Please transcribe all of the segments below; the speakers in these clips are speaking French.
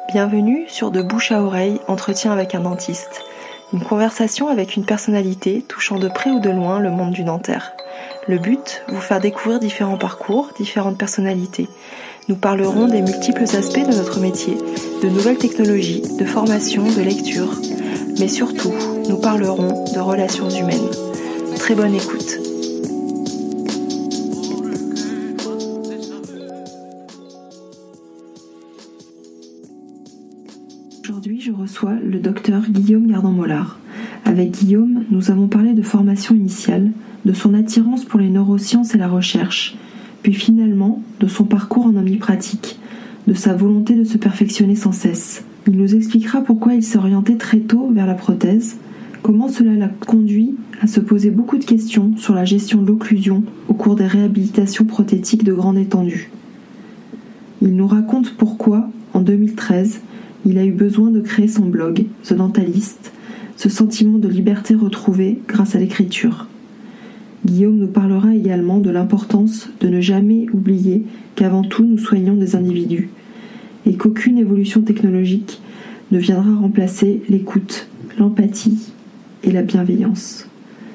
Bienvenue sur De bouche à oreille, entretien avec un dentiste. Une conversation avec une personnalité touchant de près ou de loin le monde du dentaire. Le but, vous faire découvrir différents parcours, différentes personnalités. Nous parlerons des multiples aspects de notre métier, de nouvelles technologies, de formation, de lecture. Mais surtout, nous parlerons de relations humaines. Très bonne écoute. Aujourd'hui, je reçois le docteur Guillaume Gardant-Mollard. Avec Guillaume, nous avons parlé de formation initiale, de son attirance pour les neurosciences et la recherche, puis finalement de son parcours en omnipratique, de sa volonté de se perfectionner sans cesse. Il nous expliquera pourquoi il s'est orienté très tôt vers la prothèse, comment cela l'a conduit à se poser beaucoup de questions sur la gestion de l'occlusion au cours des réhabilitations prothétiques de grande étendue. Il nous raconte pourquoi, en 2013, il a eu besoin de créer son blog, The Dentalist, ce sentiment de liberté retrouvé grâce à l'écriture. Guillaume nous parlera également de l'importance de ne jamais oublier qu'avant tout nous soignons des individus et qu'aucune évolution technologique ne viendra remplacer l'écoute, l'empathie et la bienveillance.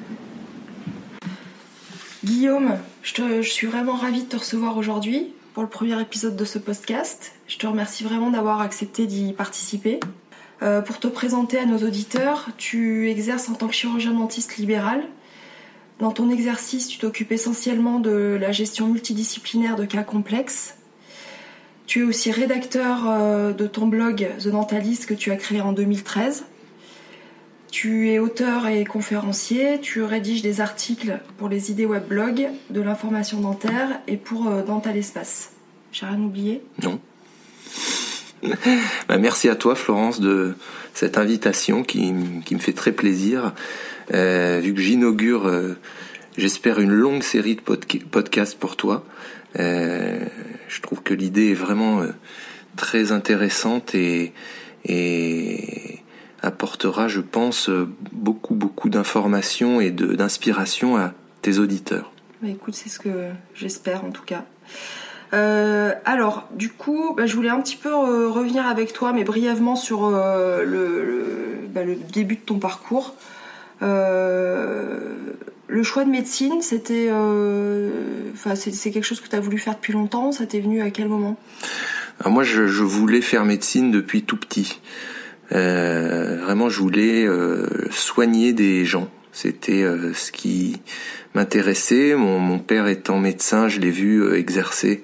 Guillaume, je suis vraiment ravie de te recevoir aujourd'hui pour le premier épisode de ce podcast. Je te remercie vraiment d'avoir accepté d'y participer. Pour te présenter à nos auditeurs, tu exerces en tant que chirurgien dentiste libéral. Dans ton exercice, tu t'occupes essentiellement de la gestion multidisciplinaire de cas complexes. Tu es aussi rédacteur de ton blog The Dentalist que tu as créé en 2013. Tu es auteur et conférencier, tu rédiges des articles pour les idées weblogs, de l'information dentaire et pour Dental Espace. J'ai rien oublié ? Non. Merci à toi Florence de cette invitation qui me fait très plaisir. Vu que j'inaugure, j'espère, une longue série de podcasts pour toi. Je trouve que l'idée est vraiment très intéressante et apportera, je pense, beaucoup d'informations et d'inspiration à tes auditeurs. Écoute, c'est ce que j'espère en tout cas. Alors, du coup, je voulais un petit peu revenir avec toi, mais brièvement sur le début de ton parcours. Le choix de médecine, c'était, c'est quelque chose que tu as voulu faire depuis longtemps. Ça t'est venu à quel moment ? Alors moi, je voulais faire médecine depuis tout petit. Vraiment, je voulais soigner des gens. C'était ce qui m'intéressait. Mon père étant médecin, je l'ai vu exercer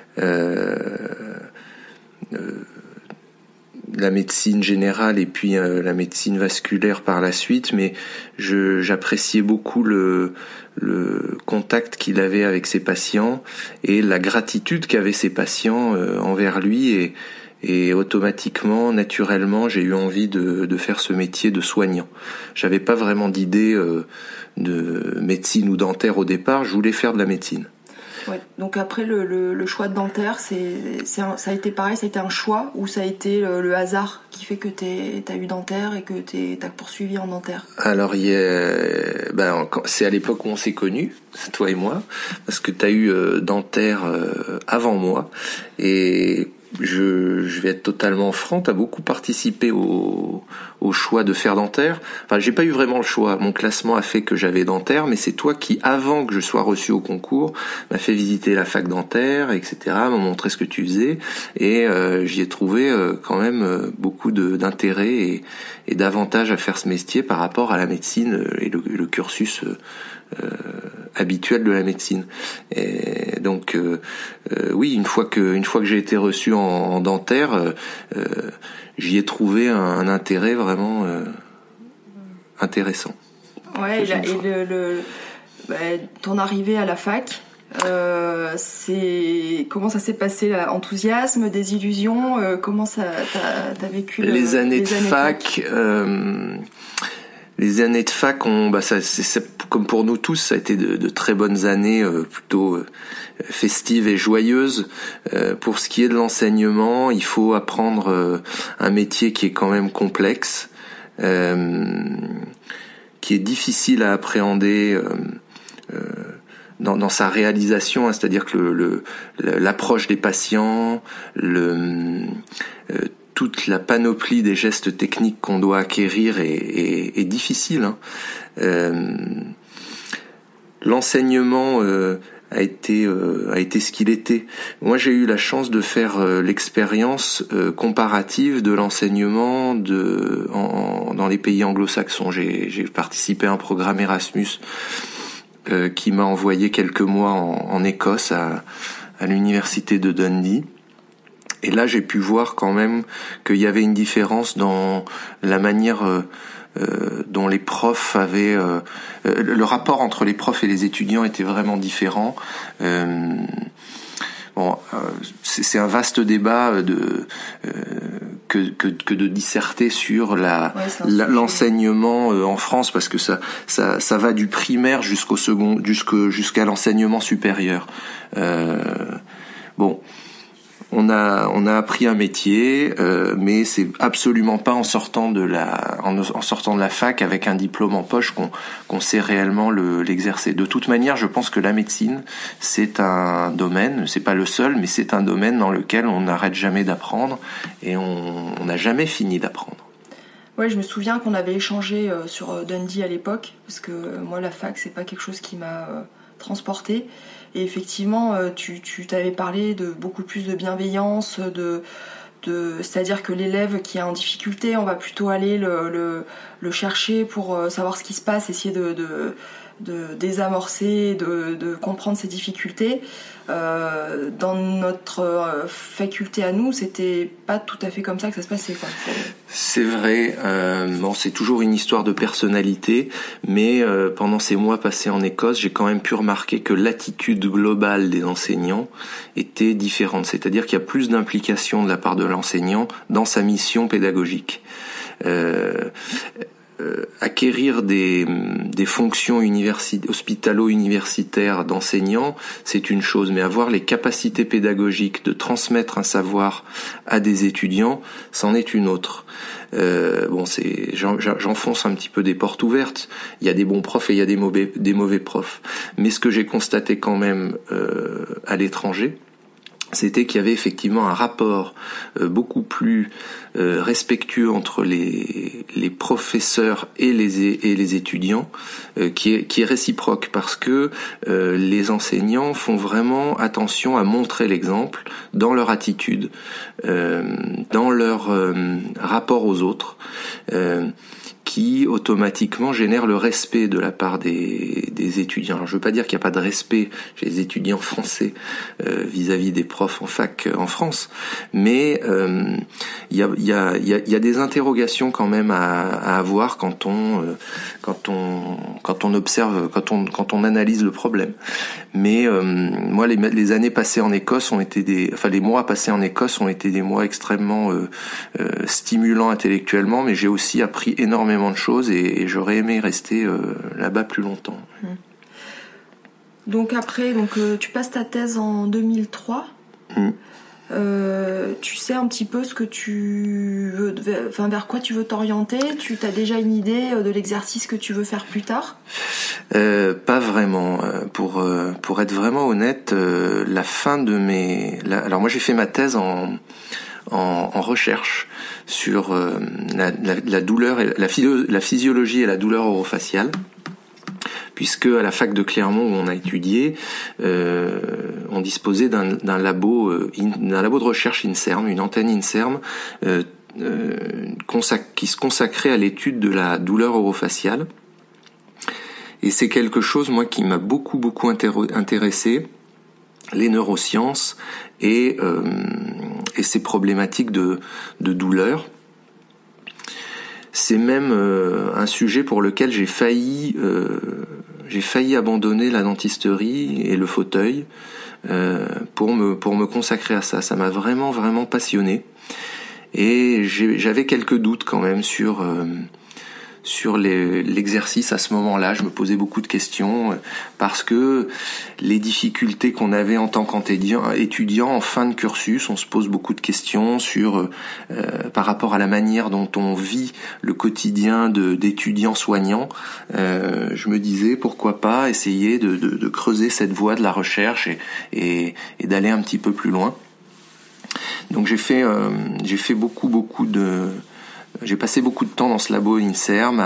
la médecine générale et puis la médecine vasculaire par la suite, mais j'appréciais beaucoup le contact qu'il avait avec ses patients et la gratitude qu'avaient ses patients envers lui, et automatiquement, naturellement, j'ai eu envie de faire ce métier de soignant. J'avais pas vraiment d'idée de médecine ou dentaire au départ, je voulais faire de la médecine. Ouais. Donc après le choix de dentaire, ça a été pareil, ça a été un choix ou ça a été le hasard qui fait que t'as eu dentaire et que t'as poursuivi en dentaire ? Alors c'est à l'époque où on s'est connus, toi et moi, parce que t'as eu dentaire avant moi, et je vais être totalement franc, t'as beaucoup participé au choix de faire dentaire. Enfin, j'ai pas eu vraiment le choix. Mon classement a fait que j'avais dentaire, mais c'est toi qui, avant que je sois reçu au concours, m'a fait visiter la fac dentaire, etc., m'a montré ce que tu faisais, et j'y ai trouvé quand même beaucoup d'intérêt et d'avantages à faire ce métier par rapport à la médecine et le cursus habituel de la médecine. Et donc oui, une fois que j'ai été reçu en dentaire, j'y ai trouvé un intérêt vraiment intéressant. Ouais, ton arrivée à la fac, comment ça s'est passé, l'enthousiasme, des illusions, comment t'as vécu les années de fac. Les années de fac, c'est comme pour nous tous, ça a été de très bonnes années, plutôt festives et joyeuses. Pour ce qui est de l'enseignement, il faut apprendre un métier qui est quand même complexe, qui est difficile à appréhender dans sa réalisation, hein, c'est-à-dire que l'approche des patients, toute la panoplie des gestes techniques qu'on doit acquérir est difficile. L'enseignement a été ce qu'il était. Moi, j'ai eu la chance de faire l'expérience comparative de l'enseignement dans les pays anglo-saxons. J'ai participé à un programme Erasmus qui m'a envoyé quelques mois en Écosse à l'université de Dundee. Et là, j'ai pu voir quand même qu'il y avait une différence dans la manière dont les profs avaient... le rapport entre les profs et les étudiants était vraiment différent. C'est un vaste débat que de disserter sur l'enseignement en France, parce que ça va du primaire jusqu'au second, jusqu'à l'enseignement supérieur. On a appris un métier, mais c'est absolument pas en sortant de la fac avec un diplôme en poche qu'on sait réellement l'exercer. De toute manière, je pense que la médecine, c'est un domaine, c'est pas le seul, mais c'est un domaine dans lequel on n'arrête jamais d'apprendre et on n'a jamais fini d'apprendre. Ouais, je me souviens qu'on avait échangé sur Dundee à l'époque, parce que moi la fac, c'est pas quelque chose qui m'a transportée. Et effectivement, tu t'avais parlé de beaucoup plus de bienveillance, c'est-à-dire que l'élève qui est en difficulté, on va plutôt aller le chercher pour savoir ce qui se passe, essayer de désamorcer, de comprendre ses difficultés. Dans notre faculté à nous, c'était pas tout à fait comme ça que ça se passait, quoi. C'est vrai. C'est toujours une histoire de personnalité, mais pendant ces mois passés en Écosse, j'ai quand même pu remarquer que l'attitude globale des enseignants était différente. C'est-à-dire qu'il y a plus d'implication de la part de l'enseignant dans sa mission pédagogique. Acquérir des fonctions hospitalo-universitaires d'enseignants, c'est une chose, mais avoir les capacités pédagogiques de transmettre un savoir à des étudiants, c'en est une autre. J'enfonce un petit peu des portes ouvertes. Il y a des bons profs et il y a des mauvais profs. Mais ce que j'ai constaté quand même à l'étranger, c'était qu'il y avait effectivement un rapport beaucoup plus respectueux entre les professeurs et les étudiants qui est réciproque, parce que les enseignants font vraiment attention à montrer l'exemple dans leur attitude, dans leur rapport aux autres, qui automatiquement génère le respect de la part des étudiants. Alors, je veux pas dire qu'il n'y a pas de respect chez les étudiants français vis-à-vis des profs en fac en France, mais il y a des interrogations quand même à avoir quand on observe, quand on analyse le problème. Mais moi, les années passées en Écosse les mois passés en Écosse ont été des mois extrêmement stimulants intellectuellement, mais j'ai aussi appris énormément de choses et j'aurais aimé rester là-bas plus longtemps. Donc après, tu passes ta thèse en 2003. Tu sais un petit peu ce que tu veux, vers quoi tu veux t'orienter? Tu as déjà une idée de l'exercice que tu veux faire plus tard? Pas vraiment. Pour être vraiment honnête, la fin de alors moi j'ai fait ma thèse en recherche sur la douleur et la physiologie et la douleur orofaciale, puisque à la fac de Clermont où on a étudié, on disposait d'un labo de recherche INSERM, une antenne INSERM qui se consacrait à l'étude de la douleur orofaciale. Et c'est quelque chose, moi, qui m'a beaucoup intéressé, les neurosciences et ces problématiques de douleur. C'est même un sujet pour lequel j'ai failli abandonner la dentisterie et le fauteuil pour me consacrer à ça. Ça m'a vraiment passionné. Et j'avais quelques doutes quand même sur l'exercice à ce moment-là. Je me posais beaucoup de questions parce que les difficultés qu'on avait en tant qu'étudiant en fin de cursus, on se pose beaucoup de questions sur par rapport à la manière dont on vit le quotidien d'étudiants soignants. Je me disais pourquoi pas essayer de creuser cette voie de la recherche et d'aller un petit peu plus loin. Donc j'ai passé beaucoup de temps dans ce labo INSERM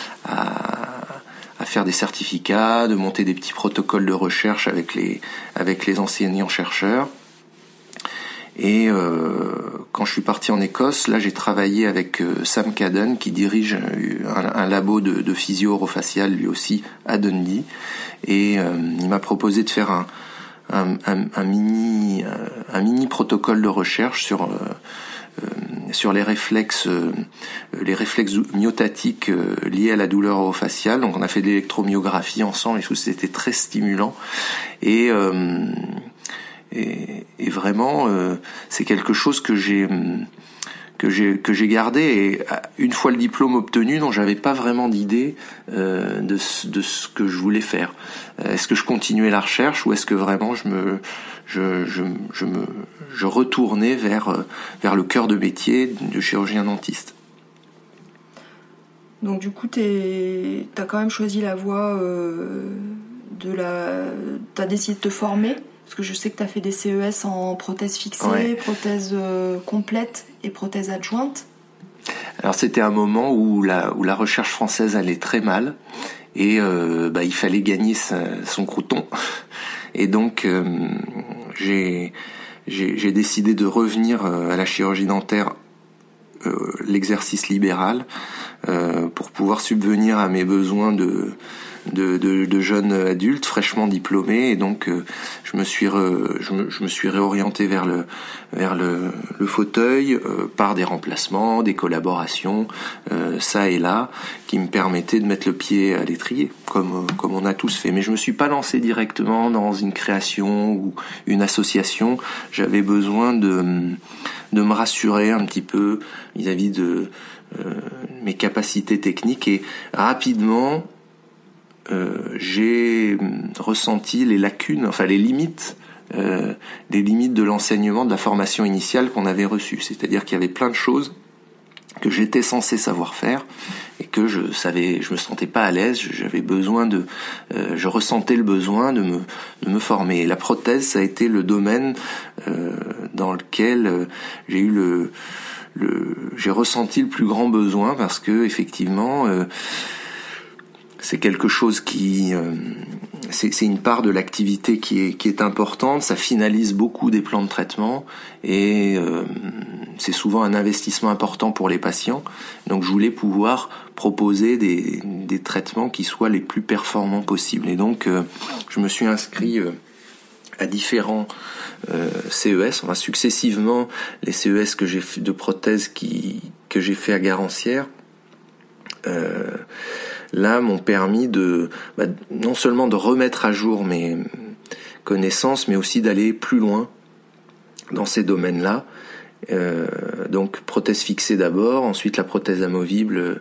à faire des certificats, de monter des petits protocoles de recherche avec les enseignants-chercheurs. Et quand je suis parti en Écosse, là j'ai travaillé avec Sam Cadden qui dirige un labo de physio-orofacial lui aussi à Dundee, et il m'a proposé de faire un mini protocole de recherche sur les réflexes myotatiques liés à la douleur orofaciale. Donc on a fait de l'électromyographie ensemble et tout, c'était très stimulant, et vraiment c'est quelque chose que j'ai gardé, et une fois le diplôme obtenu, dont j'avais pas vraiment d'idée de ce que je voulais faire. Est-ce que je continuais la recherche, ou est-ce que vraiment je retournais vers le cœur de métier de chirurgien dentiste. Donc du coup t'as quand même choisi la voie t'as décidé de te former, parce que je sais que t'as fait des CES en prothèse fixée, ouais, prothèse complète et prothèse adjointe. Alors c'était un moment où la recherche française allait très mal, et il fallait gagner son crouton, et donc j'ai décidé de revenir à la chirurgie dentaire, l'exercice libéral, pour pouvoir subvenir à mes besoins de jeunes adultes fraîchement diplômés, et donc je me suis réorienté vers le fauteuil, par des remplacements, des collaborations, ça et là, qui me permettaient de mettre le pied à l'étrier, comme on a tous fait. Mais je me suis pas lancé directement dans une création ou une association. J'avais besoin de me rassurer un petit peu vis-à-vis de mes capacités techniques, et rapidement j'ai ressenti les lacunes, enfin les limites de l'enseignement, de la formation initiale qu'on avait reçue. C'est-à-dire qu'il y avait plein de choses que j'étais censé savoir faire et que je me sentais pas à l'aise. Je ressentais le besoin de me former. Et la prothèse, ça a été le domaine dans lequel j'ai ressenti le plus grand besoin, parce que effectivement c'est quelque chose c'est une part de l'activité qui est importante. Ça finalise beaucoup des plans de traitement, et c'est souvent un investissement important pour les patients. Donc je voulais pouvoir proposer des traitements qui soient les plus performants possibles. Et donc je me suis inscrit à différents CES, enfin successivement les CES que j'ai fait de prothèses que j'ai fait à Garancières. Là m'ont permis non seulement de remettre à jour mes connaissances, mais aussi d'aller plus loin dans ces domaines-là. Donc prothèse fixée d'abord, ensuite la prothèse amovible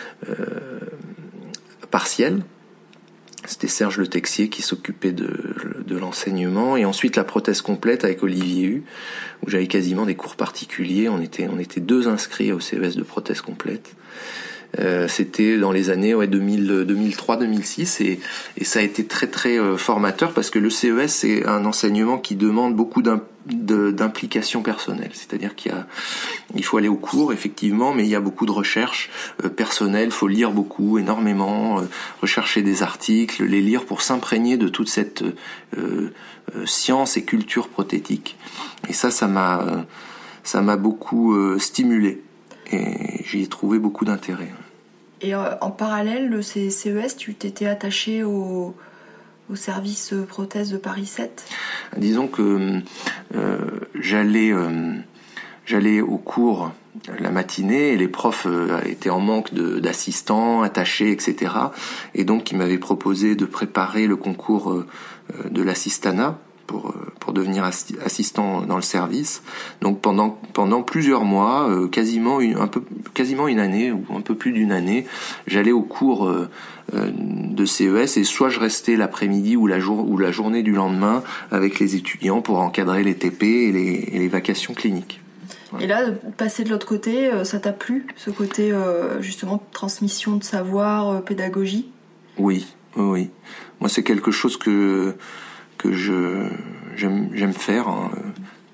partielle. C'était Serge Le Texier qui s'occupait de l'enseignement, et ensuite la prothèse complète avec Olivier Hu, où j'avais quasiment des cours particuliers. On était 2 inscrits au CES de prothèse complète. C'était dans les années 2003-2006, et ça a été très très formateur, parce que le CES, c'est un enseignement qui demande beaucoup d'implication personnelle. C'est-à-dire il faut aller au cours effectivement, mais il y a beaucoup de recherche personnelle. Il faut lire beaucoup, énormément, rechercher des articles, les lire pour s'imprégner de toute cette science et culture prothétique. Et ça m'a beaucoup stimulé, et j'y ai trouvé beaucoup d'intérêt. Et en parallèle de ces CES, tu t'étais attaché au service prothèse de Paris 7 ? Disons que j'allais au cours la matinée, et les profs étaient en manque d'assistants, attachés, etc. Et donc ils m'avaient proposé de préparer le concours de l'assistanat pour devenir assistant dans le service. Donc pendant plusieurs mois, quasiment une année, ou un peu plus d'une année, j'allais au cours de CES, et soit je restais l'après-midi ou la journée du lendemain avec les étudiants pour encadrer les TP et les vacations cliniques. Ouais. Et là, passer de l'autre côté, ça t'a plu, ce côté justement transmission de savoir, pédagogie ? Oui. Moi, c'est quelque chose que j'aime faire, hein,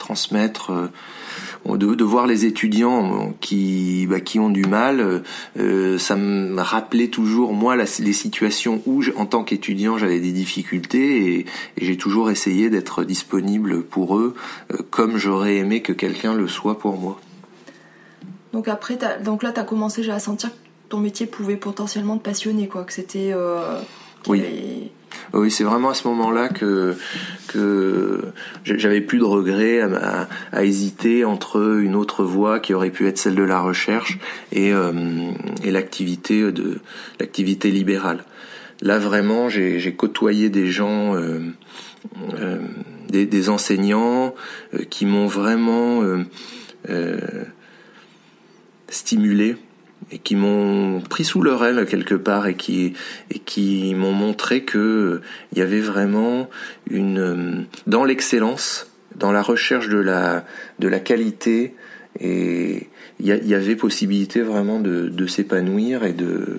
transmettre, de voir les étudiants qui ont du mal. Ça me rappelait toujours moi les situations où en tant qu'étudiant j'avais des difficultés et j'ai toujours essayé d'être disponible pour eux, comme j'aurais aimé que quelqu'un le soit pour moi. Donc après, là t'as commencé déjà à sentir que ton métier pouvait potentiellement te passionner, quoi, que c'était... Oui. Oui, c'est vraiment à ce moment-là que j'avais plus de regrets à hésiter entre une autre voie qui aurait pu être celle de la recherche et l'activité libérale. Là vraiment, j'ai côtoyé des gens, des enseignants qui m'ont vraiment stimulé et qui m'ont pris sous leur aile quelque part et qui m'ont montré que il y avait vraiment dans l'excellence, dans la recherche de la qualité, et il y avait possibilité vraiment de s'épanouir et de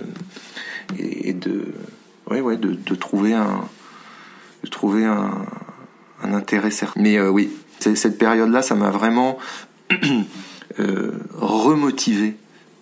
trouver un intérêt certain. Mais oui, cette période-là, ça m'a vraiment remotivé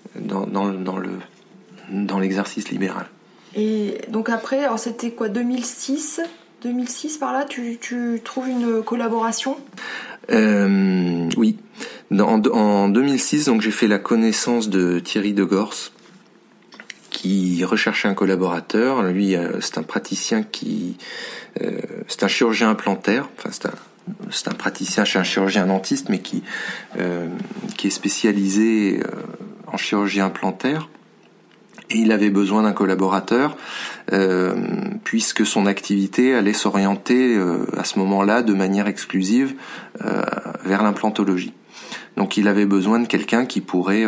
dans l'exercice libéral. Et donc après, alors c'était quoi, 2006 par là, tu trouves une collaboration? Oui. En 2006, donc j'ai fait la connaissance de Thierry Degors, qui recherchait un collaborateur. Lui, c'est un praticien c'est un chirurgien implantaire. Enfin, c'est un praticien chez un chirurgien dentiste, mais qui est spécialisé en chirurgie implantaire, et il avait besoin d'un collaborateur puisque son activité allait s'orienter à ce moment-là de manière exclusive vers l'implantologie. Donc il avait besoin de quelqu'un qui pourrait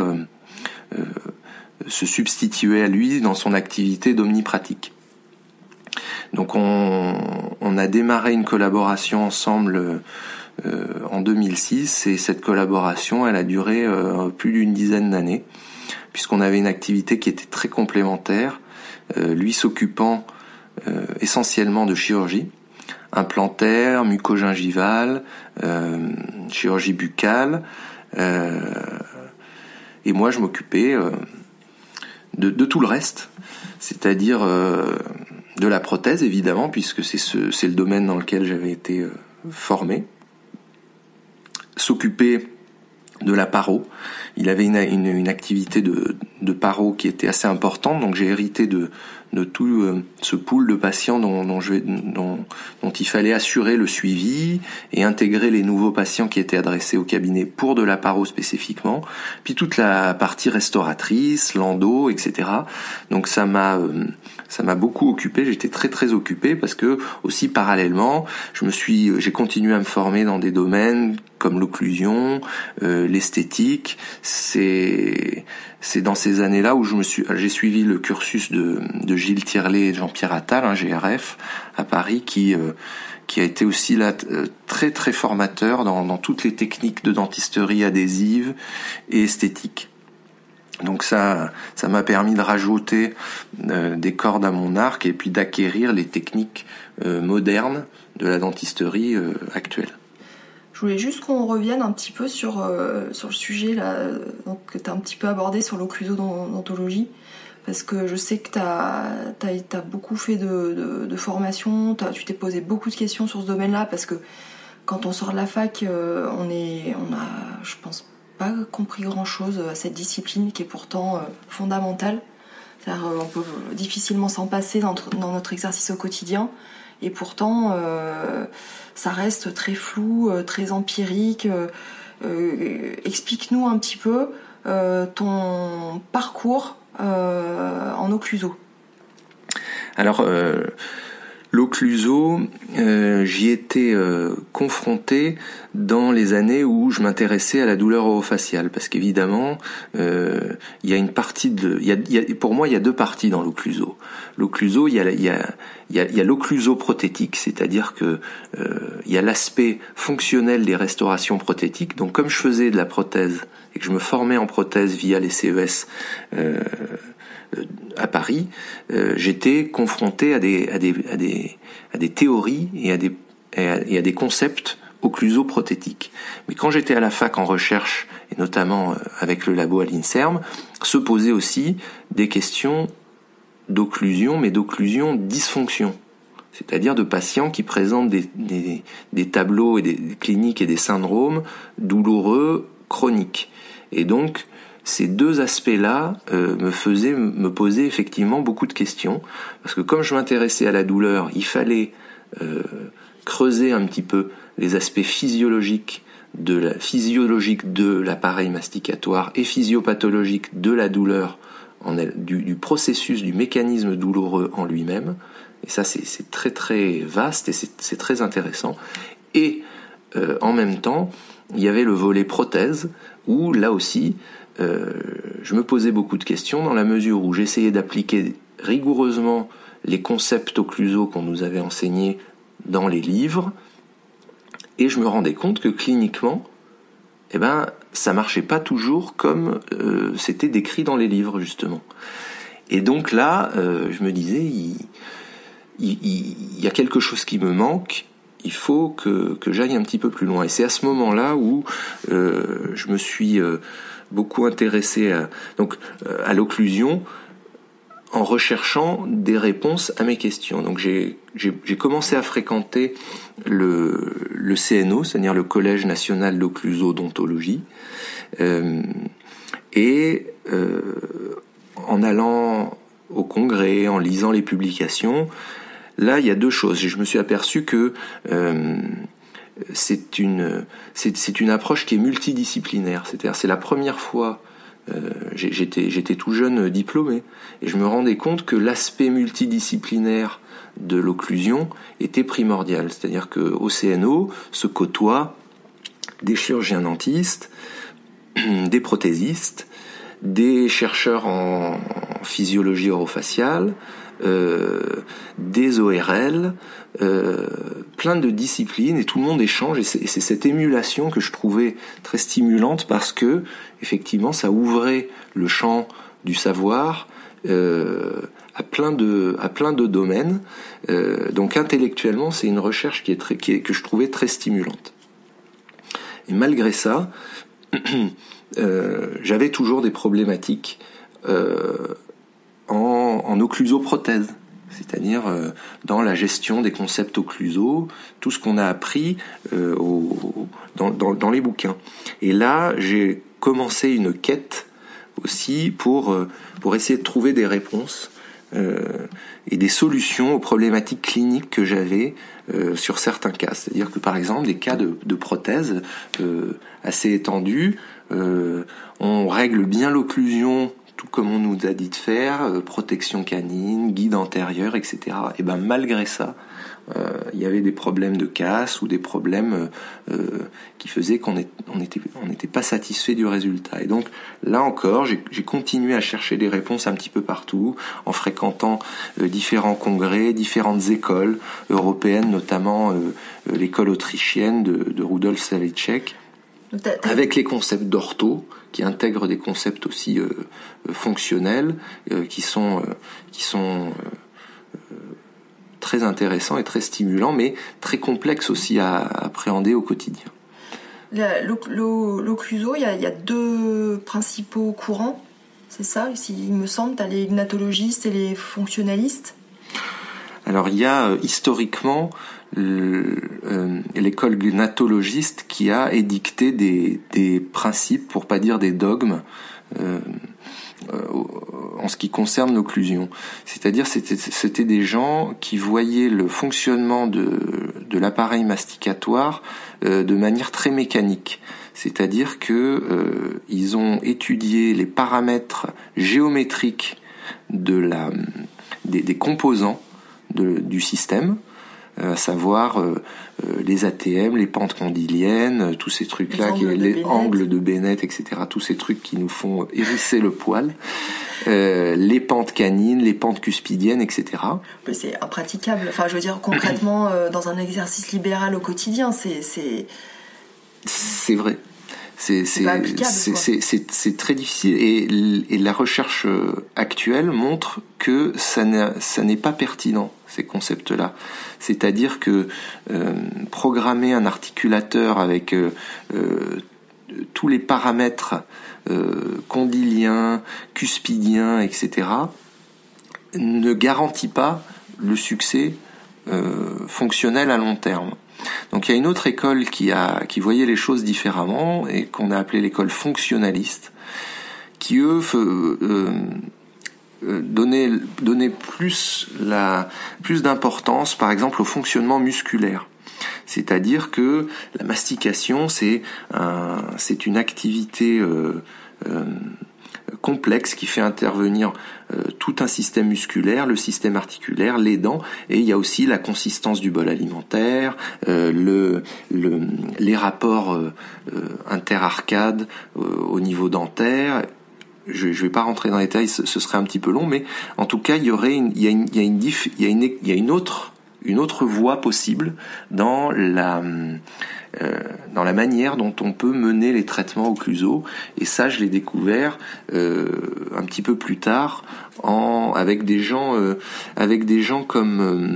se substituer à lui dans son activité d'omnipratique. Donc on a démarré une collaboration ensemble en 2006, et cette collaboration, elle a duré plus d'une dizaine d'années, puisqu'on avait une activité qui était très complémentaire, lui s'occupant essentiellement de chirurgie implantaire, mucogingivale, chirurgie buccale, et moi je m'occupais de tout le reste, c'est-à-dire de la prothèse évidemment, puisque c'est le domaine dans lequel j'avais été formé, s'occuper de la paro. Il avait une activité de paro qui était assez importante, donc j'ai hérité de tout ce pool de patients dont il fallait assurer le suivi et intégrer les nouveaux patients qui étaient adressés au cabinet pour de la paro spécifiquement, puis toute la partie restauratrice, l'endo, etc. Donc ça m'a beaucoup occupé, j'étais très très occupé, parce que aussi parallèlement, j'ai continué à me former dans des domaines comme l'occlusion, l'esthétique. C'est dans ces années-là où j'ai suivi le cursus de Gilles Tierlet et de Jean-Pierre Attal, un GRF à Paris, qui a été aussi là très très formateur dans toutes les techniques de dentisterie adhésive et esthétique. Donc ça m'a permis de rajouter des cordes à mon arc et puis d'acquérir les techniques modernes de la dentisterie actuelle. Je voulais juste qu'on revienne un petit peu sur le sujet là, donc, que tu as un petit peu abordé sur l'occlusodontologie, parce que je sais que tu as beaucoup fait de formation, tu t'es posé beaucoup de questions sur ce domaine-là, parce que quand on sort de la fac, on a, je pense, pas compris grand-chose à cette discipline qui est pourtant fondamentale. C'est-à-dire, on peut difficilement s'en passer dans notre exercice au quotidien, et pourtant ça reste très flou, très empirique. Explique-nous un petit peu ton parcours en occluso. Alors l'occluso, j'y étais confronté dans les années où je m'intéressais à la douleur orofaciale, parce qu'évidemment, il y a une partie pour moi, il y a deux parties dans l'occluso. L'occluso, il y a l'occluso prothétique, c'est-à-dire que il y a l'aspect fonctionnel des restaurations prothétiques. Donc, comme je faisais de la prothèse et que je me formais en prothèse via les CES à Paris, j'étais confronté à des théories et à des concepts occlusoprothétique. Mais quand j'étais à la fac en recherche, et notamment avec le labo à l'INSERM, se posaient aussi des questions d'occlusion, mais d'occlusion dysfonction. C'est-à-dire de patients qui présentent des tableaux et des cliniques et des syndromes douloureux chroniques. Et donc, ces deux aspects-là me posaient effectivement beaucoup de questions, parce que comme je m'intéressais à la douleur, il fallait creuser un petit peu les aspects physiologiques de l'appareil masticatoire et physiopathologiques de la douleur, du processus, du mécanisme douloureux en lui-même. Et ça, c'est très très vaste et c'est très intéressant. Et en même temps, il y avait le volet prothèse, où là aussi, je me posais beaucoup de questions dans la mesure où j'essayais d'appliquer rigoureusement les concepts occlusaux qu'on nous avait enseignés dans les livres, et je me rendais compte que cliniquement, ça marchait pas toujours comme c'était décrit dans les livres, justement. Et donc là, je me disais, il y a quelque chose qui me manque, il faut que j'aille un petit peu plus loin. Et c'est à ce moment-là où je me suis beaucoup intéressé à l'occlusion, en recherchant des réponses à mes questions. Donc j'ai commencé à fréquenter le CNO, c'est-à-dire le Collège national d'occluso-odontologie, et en allant au congrès, en lisant les publications, là il y a deux choses. Je me suis aperçu que c'est une approche qui est multidisciplinaire. C'est-à-dire c'est la première fois. J'étais tout jeune diplômé et je me rendais compte que l'aspect multidisciplinaire de l'occlusion était primordial. C'est-à-dire qu'au CNO se côtoient des chirurgiens dentistes, des prothésistes, des chercheurs en physiologie orofaciale, des ORL, plein de disciplines, et tout le monde échange, et c'est cette émulation que je trouvais très stimulante, parce que effectivement ça ouvrait le champ du savoir à plein de domaines. Donc intellectuellement c'est une recherche que je trouvais très stimulante. Et malgré ça, j'avais toujours des problématiques en occlusoprothèse, c'est-à-dire dans la gestion des concepts occlusaux, tout ce qu'on a appris dans les bouquins. Et là, j'ai commencé une quête aussi pour essayer de trouver des réponses et des solutions aux problématiques cliniques que j'avais sur certains cas. C'est-à-dire que par exemple, des cas de prothèses assez étendus, on règle bien l'occlusion tout comme on nous a dit de faire, protection canine, guide antérieur, etc. Et malgré ça, il y avait des problèmes de casse ou des problèmes qui faisaient qu'on n'était pas satisfait du résultat. Et donc là encore, j'ai continué à chercher des réponses un petit peu partout, en fréquentant différents congrès, différentes écoles européennes, notamment l'école autrichienne de Rudolf Salicek, avec les concepts d'ortho, qui intègrent des concepts aussi fonctionnels, qui sont très intéressants et très stimulants, mais très complexes aussi à appréhender au quotidien. L'occluso, il y a deux principaux courants, c'est ça? Il me semble, tu as les gnatologistes et les fonctionnalistes. Alors il y a historiquement l'école gnatologiste qui a édicté des principes, pour pas dire des dogmes, en ce qui concerne l'occlusion. C'est-à-dire c'était des gens qui voyaient le fonctionnement de l'appareil masticatoire de manière très mécanique. C'est-à-dire que ils ont étudié les paramètres géométriques des composants du système, à savoir les ATM, les pentes condyliennes, tous ces trucs-là, les angles de Bennett, etc., tous ces trucs qui nous font hérisser le poil, les pentes canines, les pentes cuspidiennes, etc. Mais c'est impraticable. Enfin, je veux dire, concrètement, dans un exercice libéral au quotidien, c'est vrai. c'est très difficile et la recherche actuelle montre que ça n'est pas pertinent, ces concepts-là. C'est-à-dire que programmer un articulateur avec tous les paramètres condyliens, cuspidiens, etc., ne garantit pas le succès fonctionnel à long terme. Donc il y a une autre école qui voyait les choses différemment et qu'on a appelée l'école fonctionnaliste, qui eux donnaient plus d'importance par exemple au fonctionnement musculaire. C'est-à-dire que la mastication c'est une activité complexe qui fait intervenir tout un système musculaire, le système articulaire, les dents, et il y a aussi la consistance du bol alimentaire, les rapports interarcades au niveau dentaire. Je vais pas rentrer dans les détails, ce serait un petit peu long, mais en tout cas il y a une autre voie possible dans la manière dont on peut mener les traitements occlusaux, et ça je l'ai découvert un petit peu plus tard avec des gens comme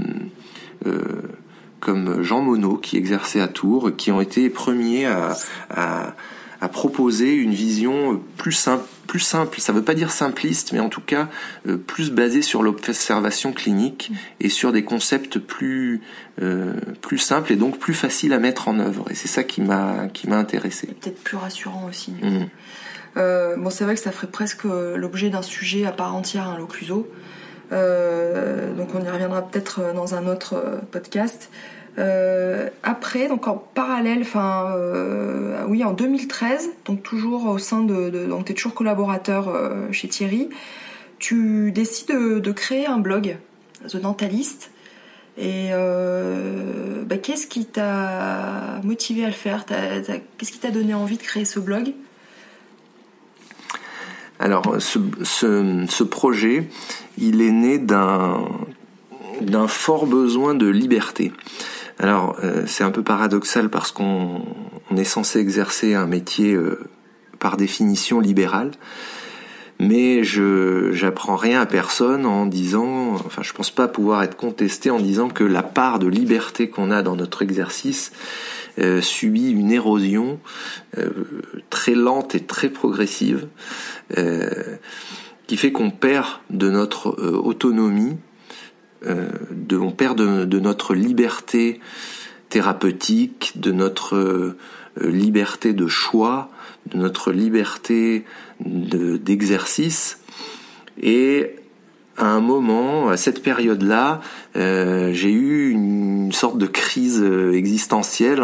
Jean Monod qui exerçait à Tours, qui ont été les premiers à proposer une vision plus simple, ça veut pas dire simpliste, mais en tout cas plus basée sur l'observation clinique et sur des concepts plus simples et donc plus faciles à mettre en œuvre. Et c'est ça qui m'a intéressé. Et peut-être plus rassurant aussi. Bon, c'est vrai que ça ferait presque l'objet d'un sujet à part entière, hein, l'occluso. Donc on y reviendra peut-être dans un autre podcast. Après, donc en parallèle, oui, en 2013, donc toujours au sein donc t'es toujours collaborateur chez Thierry, tu décides de créer un blog, The Dentalist. Et qu'est-ce qui t'a motivé à le faire ? Qu'est-ce qui t'a donné envie de créer ce blog ? Alors, ce projet, il est né d'un fort besoin de liberté. Alors, c'est un peu paradoxal parce qu'on est censé exercer un métier par définition libéral, mais j'apprends rien à personne en disant, je pense pas pouvoir être contesté en disant que la part de liberté qu'on a dans notre exercice subit une érosion très lente et très progressive, qui fait qu'on perd de notre autonomie, on perd de notre liberté thérapeutique, de notre liberté de choix, de notre liberté d'exercice. Et à un moment, à cette période-là, j'ai eu une sorte de crise existentielle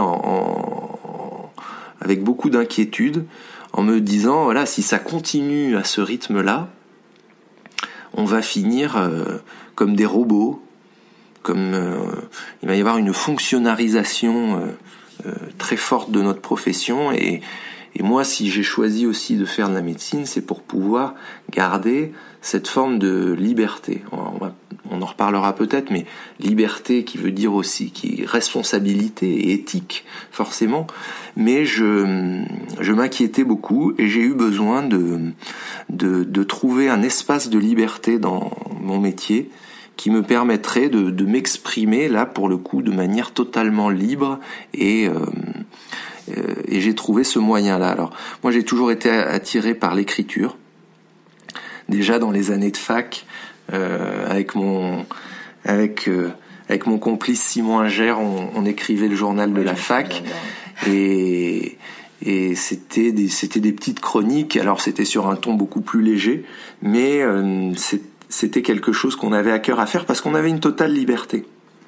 avec beaucoup d'inquiétude, en me disant, voilà, si ça continue à ce rythme-là, on va finir comme des robots, il va y avoir une fonctionnalisation très forte de notre profession, et moi, si j'ai choisi aussi de faire de la médecine, c'est pour pouvoir garder cette forme de liberté. On en reparlera peut-être, mais liberté qui veut dire aussi responsabilité et éthique, forcément. Mais je m'inquiétais beaucoup et j'ai eu besoin de trouver un espace de liberté dans mon métier qui me permettrait de m'exprimer, là, pour le coup, de manière totalement libre et j'ai trouvé ce moyen-là. Alors, moi, j'ai toujours été attiré par l'écriture. Déjà dans les années de fac, avec mon complice Simon Inger, on écrivait le journal de la fac, et c'était des petites chroniques. Alors, c'était sur un ton beaucoup plus léger, mais c'était quelque chose qu'on avait à cœur à faire parce qu'on avait une totale liberté.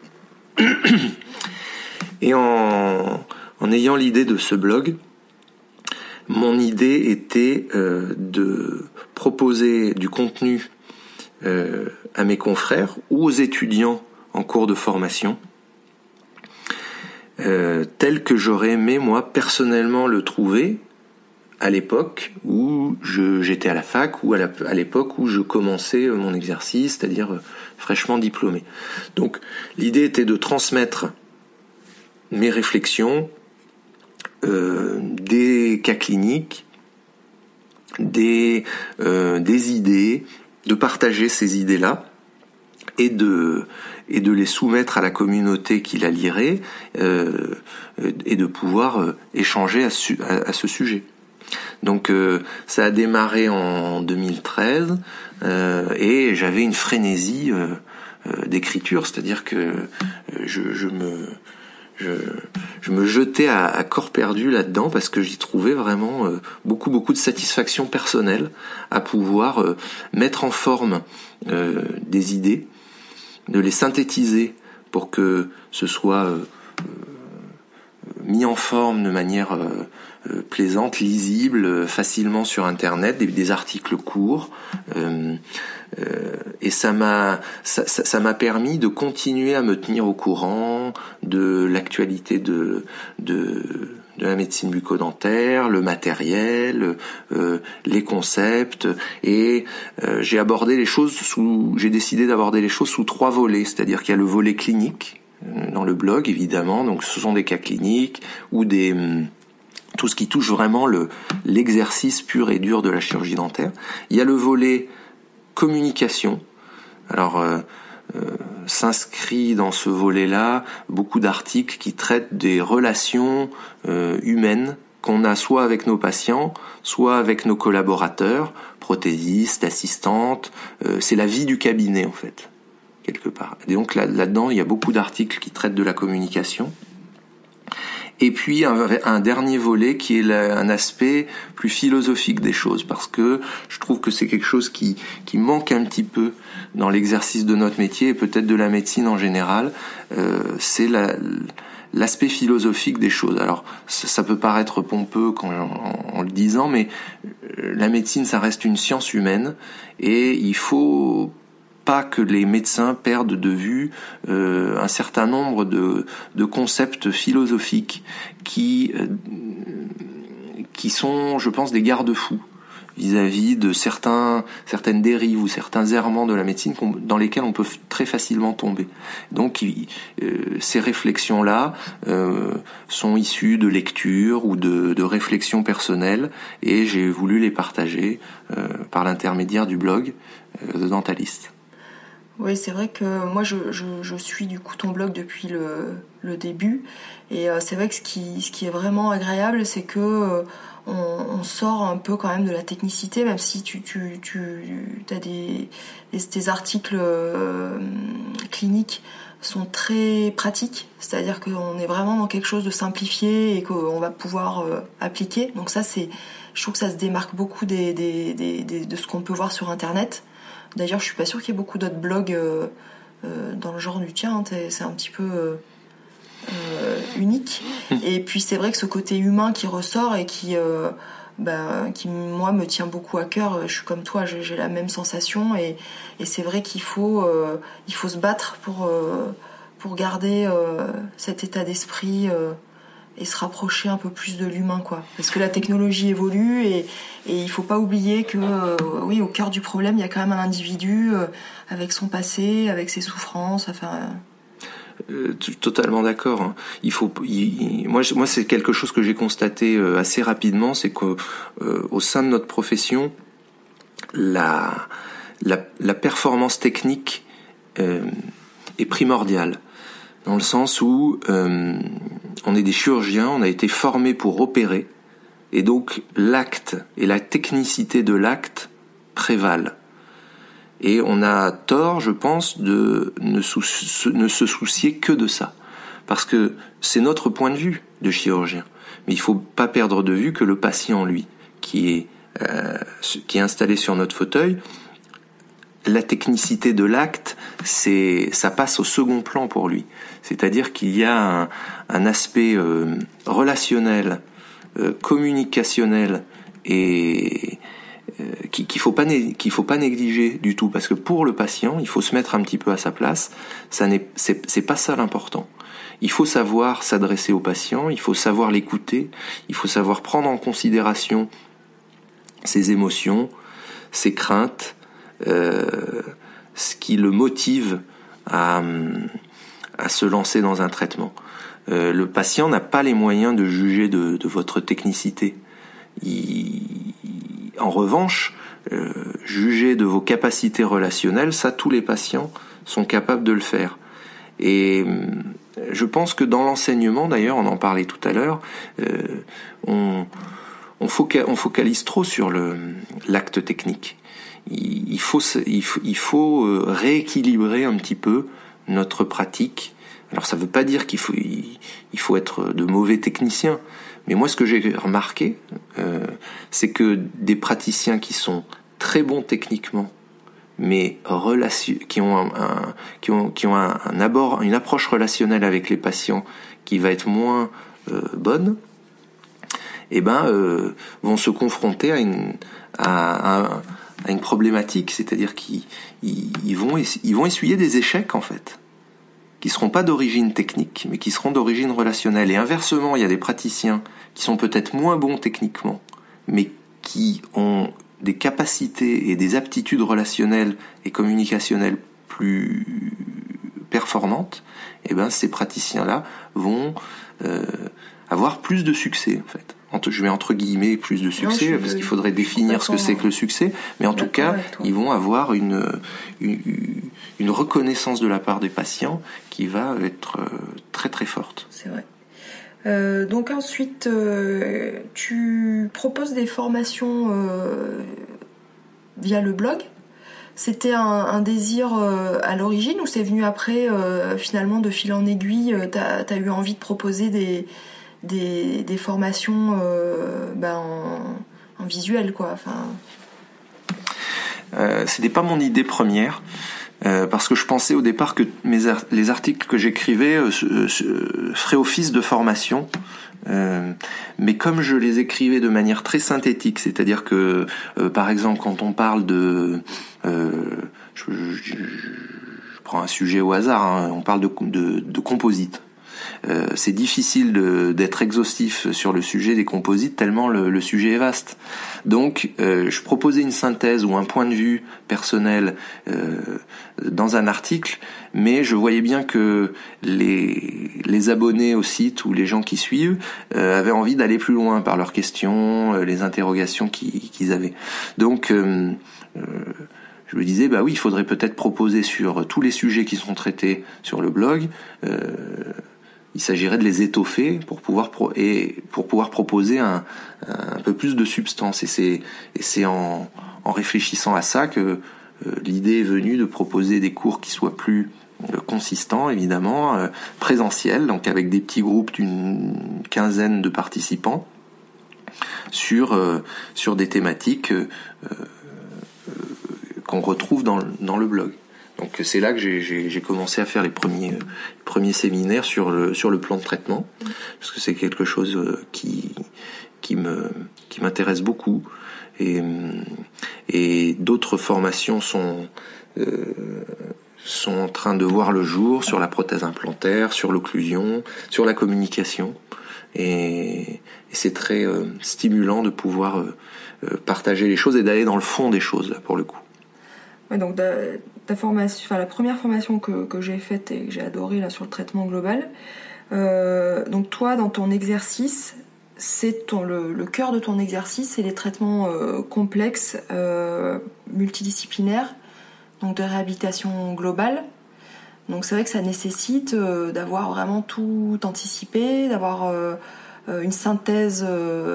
Et en ayant l'idée de ce blog, mon idée était de proposer du contenu à mes confrères ou aux étudiants en cours de formation, tel que j'aurais aimé moi personnellement le trouver à l'époque où j'étais à la fac ou à l'époque où je commençais mon exercice, c'est-à-dire fraîchement diplômé. Donc l'idée était de transmettre mes réflexions des cas cliniques, des idées, de partager ces idées-là et de les soumettre à la communauté qui la lirait et de pouvoir échanger à ce sujet. Donc ça a démarré en 2013 et j'avais une frénésie d'écriture, c'est-à-dire que je me jetais à corps perdu là-dedans parce que j'y trouvais vraiment beaucoup de satisfaction personnelle à pouvoir mettre en forme des idées, de les synthétiser pour que ce soit mis en forme de manière plaisante, lisible, facilement sur Internet, des articles courts. Et ça m'a permis de continuer à me tenir au courant de l'actualité de la médecine bucco-dentaire, le matériel, les concepts, et j'ai décidé d'aborder les choses sous 3 volets, c'est-à-dire qu'il y a le volet clinique dans le blog évidemment, donc ce sont des cas cliniques ou tout ce qui touche vraiment l'exercice pur et dur de la chirurgie dentaire. Il y a le volet communication. Alors s'inscrit dans ce volet-là beaucoup d'articles qui traitent des relations humaines qu'on a soit avec nos patients, soit avec nos collaborateurs, prothésistes, assistantes. C'est la vie du cabinet en fait, quelque part. Et donc là-dedans, il y a beaucoup d'articles qui traitent de la communication. Et puis un dernier volet qui est un aspect plus philosophique des choses, parce que je trouve que c'est quelque chose qui manque un petit peu dans l'exercice de notre métier et peut-être de la médecine en général, c'est l'aspect philosophique des choses. Alors ça peut paraître pompeux en le disant, mais la médecine ça reste une science humaine et il faut pas que les médecins perdent de vue un certain nombre de concepts philosophiques qui sont, je pense, des garde-fous vis-à-vis de certaines dérives ou certains errements de la médecine dans lesquels on peut très facilement tomber. Donc ces réflexions-là sont issues de lectures ou de réflexions personnelles et j'ai voulu les partager par l'intermédiaire du blog de Dentaliste. Oui, c'est vrai que moi je suis du coup ton blog depuis le début et c'est vrai que ce qui est vraiment agréable, c'est que on sort un peu quand même de la technicité, même si tu as tes articles cliniques sont très pratiques, c'est-à-dire qu'on est vraiment dans quelque chose de simplifié et qu'on va pouvoir appliquer. Donc ça, je trouve que ça se démarque beaucoup de ce qu'on peut voir sur Internet. D'ailleurs, je suis pas sûre qu'il y ait beaucoup d'autres blogs dans le genre du tien. C'est un petit peu unique. Et puis c'est vrai que ce côté humain qui ressort et qui moi me tient beaucoup à cœur. Je suis comme toi, j'ai la même sensation et c'est vrai qu'il faut se battre pour garder cet état d'esprit. Et se rapprocher un peu plus de l'humain, quoi. Parce que la technologie évolue et il faut pas oublier que oui, au cœur du problème, il y a quand même un individu avec son passé, avec ses souffrances, enfin. Totalement d'accord. Hein. Moi, c'est quelque chose que j'ai constaté assez rapidement, c'est que au sein de notre profession, la performance technique est primordiale. Dans le sens où on est des chirurgiens, on a été formés pour opérer, et donc l'acte et la technicité de l'acte prévalent. Et on a tort, je pense, de ne se soucier que de ça. Parce que c'est notre point de vue de chirurgien. Mais il ne faut pas perdre de vue que le patient, lui, qui est installé sur notre fauteuil, la technicité de l'acte, ça passe au second plan pour lui. C'est-à-dire qu'il y a un aspect relationnel, communicationnel et qu'il faut pas négliger du tout, parce que pour le patient, il faut se mettre un petit peu à sa place. C'est pas ça l'important. Il faut savoir s'adresser au patient, il faut savoir l'écouter, il faut savoir prendre en considération ses émotions, ses craintes, ce qui le motive à à se lancer dans un traitement. Le patient n'a pas les moyens de juger de votre technicité. En revanche, juger de vos capacités relationnelles, ça, tous les patients sont capables de le faire. Et je pense que dans l'enseignement, d'ailleurs, on en parlait tout à l'heure, on focalise trop sur l'acte technique. Il faut rééquilibrer un petit peu notre pratique. Alors ça veut pas dire qu'il faut être de mauvais techniciens, mais moi ce que j'ai remarqué, c'est que des praticiens qui sont très bons techniquement, mais qui ont une approche relationnelle avec les patients qui va être moins bonne, vont se confronter à une problématique, c'est-à-dire qu'ils vont essuyer des échecs en fait, qui seront pas d'origine technique, mais qui seront d'origine relationnelle. Et inversement, il y a des praticiens qui sont peut-être moins bons techniquement, mais qui ont des capacités et des aptitudes relationnelles et communicationnelles plus performantes. Et ces praticiens-là vont avoir plus de succès en fait. Je mets entre guillemets plus de succès, parce qu'il faudrait définir ce que c'est que le succès, mais en tout cas, ils vont avoir une reconnaissance de la part des patients qui va être très très forte. C'est vrai. Donc ensuite, tu proposes des formations via le blog. C'était un désir à l'origine, ou c'est venu après, finalement, de fil en aiguille, t'as eu envie de proposer des formations en visuel, quoi. Enfin... C'était pas mon idée première, parce que je pensais au départ que les articles que j'écrivais feraient office de formation, mais comme je les écrivais de manière très synthétique, c'est-à-dire que par exemple quand on parle de je prends un sujet au hasard, hein, on parle de composite. C'est difficile d'être exhaustif sur le sujet des composites tellement le sujet est vaste. Donc je proposais une synthèse ou un point de vue personnel dans un article, mais je voyais bien que les abonnés au site ou les gens qui suivent avaient envie d'aller plus loin par leurs questions, les interrogations qu'ils avaient. Donc je me disais, oui, il faudrait peut-être proposer sur tous les sujets qui sont traités sur le blog. Il s'agirait de les étoffer pour pouvoir proposer un peu plus de substance. Et c'est en réfléchissant à ça que l'idée est venue de proposer des cours qui soient plus consistants, évidemment, présentiels, donc avec des petits groupes d'une quinzaine de participants sur des thématiques qu'on retrouve dans le blog. Donc c'est là que j'ai commencé à faire les premiers séminaires sur le plan de traitement, parce que c'est quelque chose qui m'intéresse beaucoup, et d'autres formations sont en train de voir le jour sur la prothèse implantaire, sur l'occlusion, sur la communication, et c'est très stimulant de pouvoir partager les choses et d'aller dans le fond des choses là pour le coup. Ouais, donc ta formation, la première formation que j'ai faite et que j'ai adorée là sur le traitement global. Donc toi, dans ton exercice, c'est le cœur de ton exercice, c'est les traitements complexes, multidisciplinaires, donc de réhabilitation globale. Donc c'est vrai que ça nécessite d'avoir vraiment tout anticipé, d'avoir une synthèse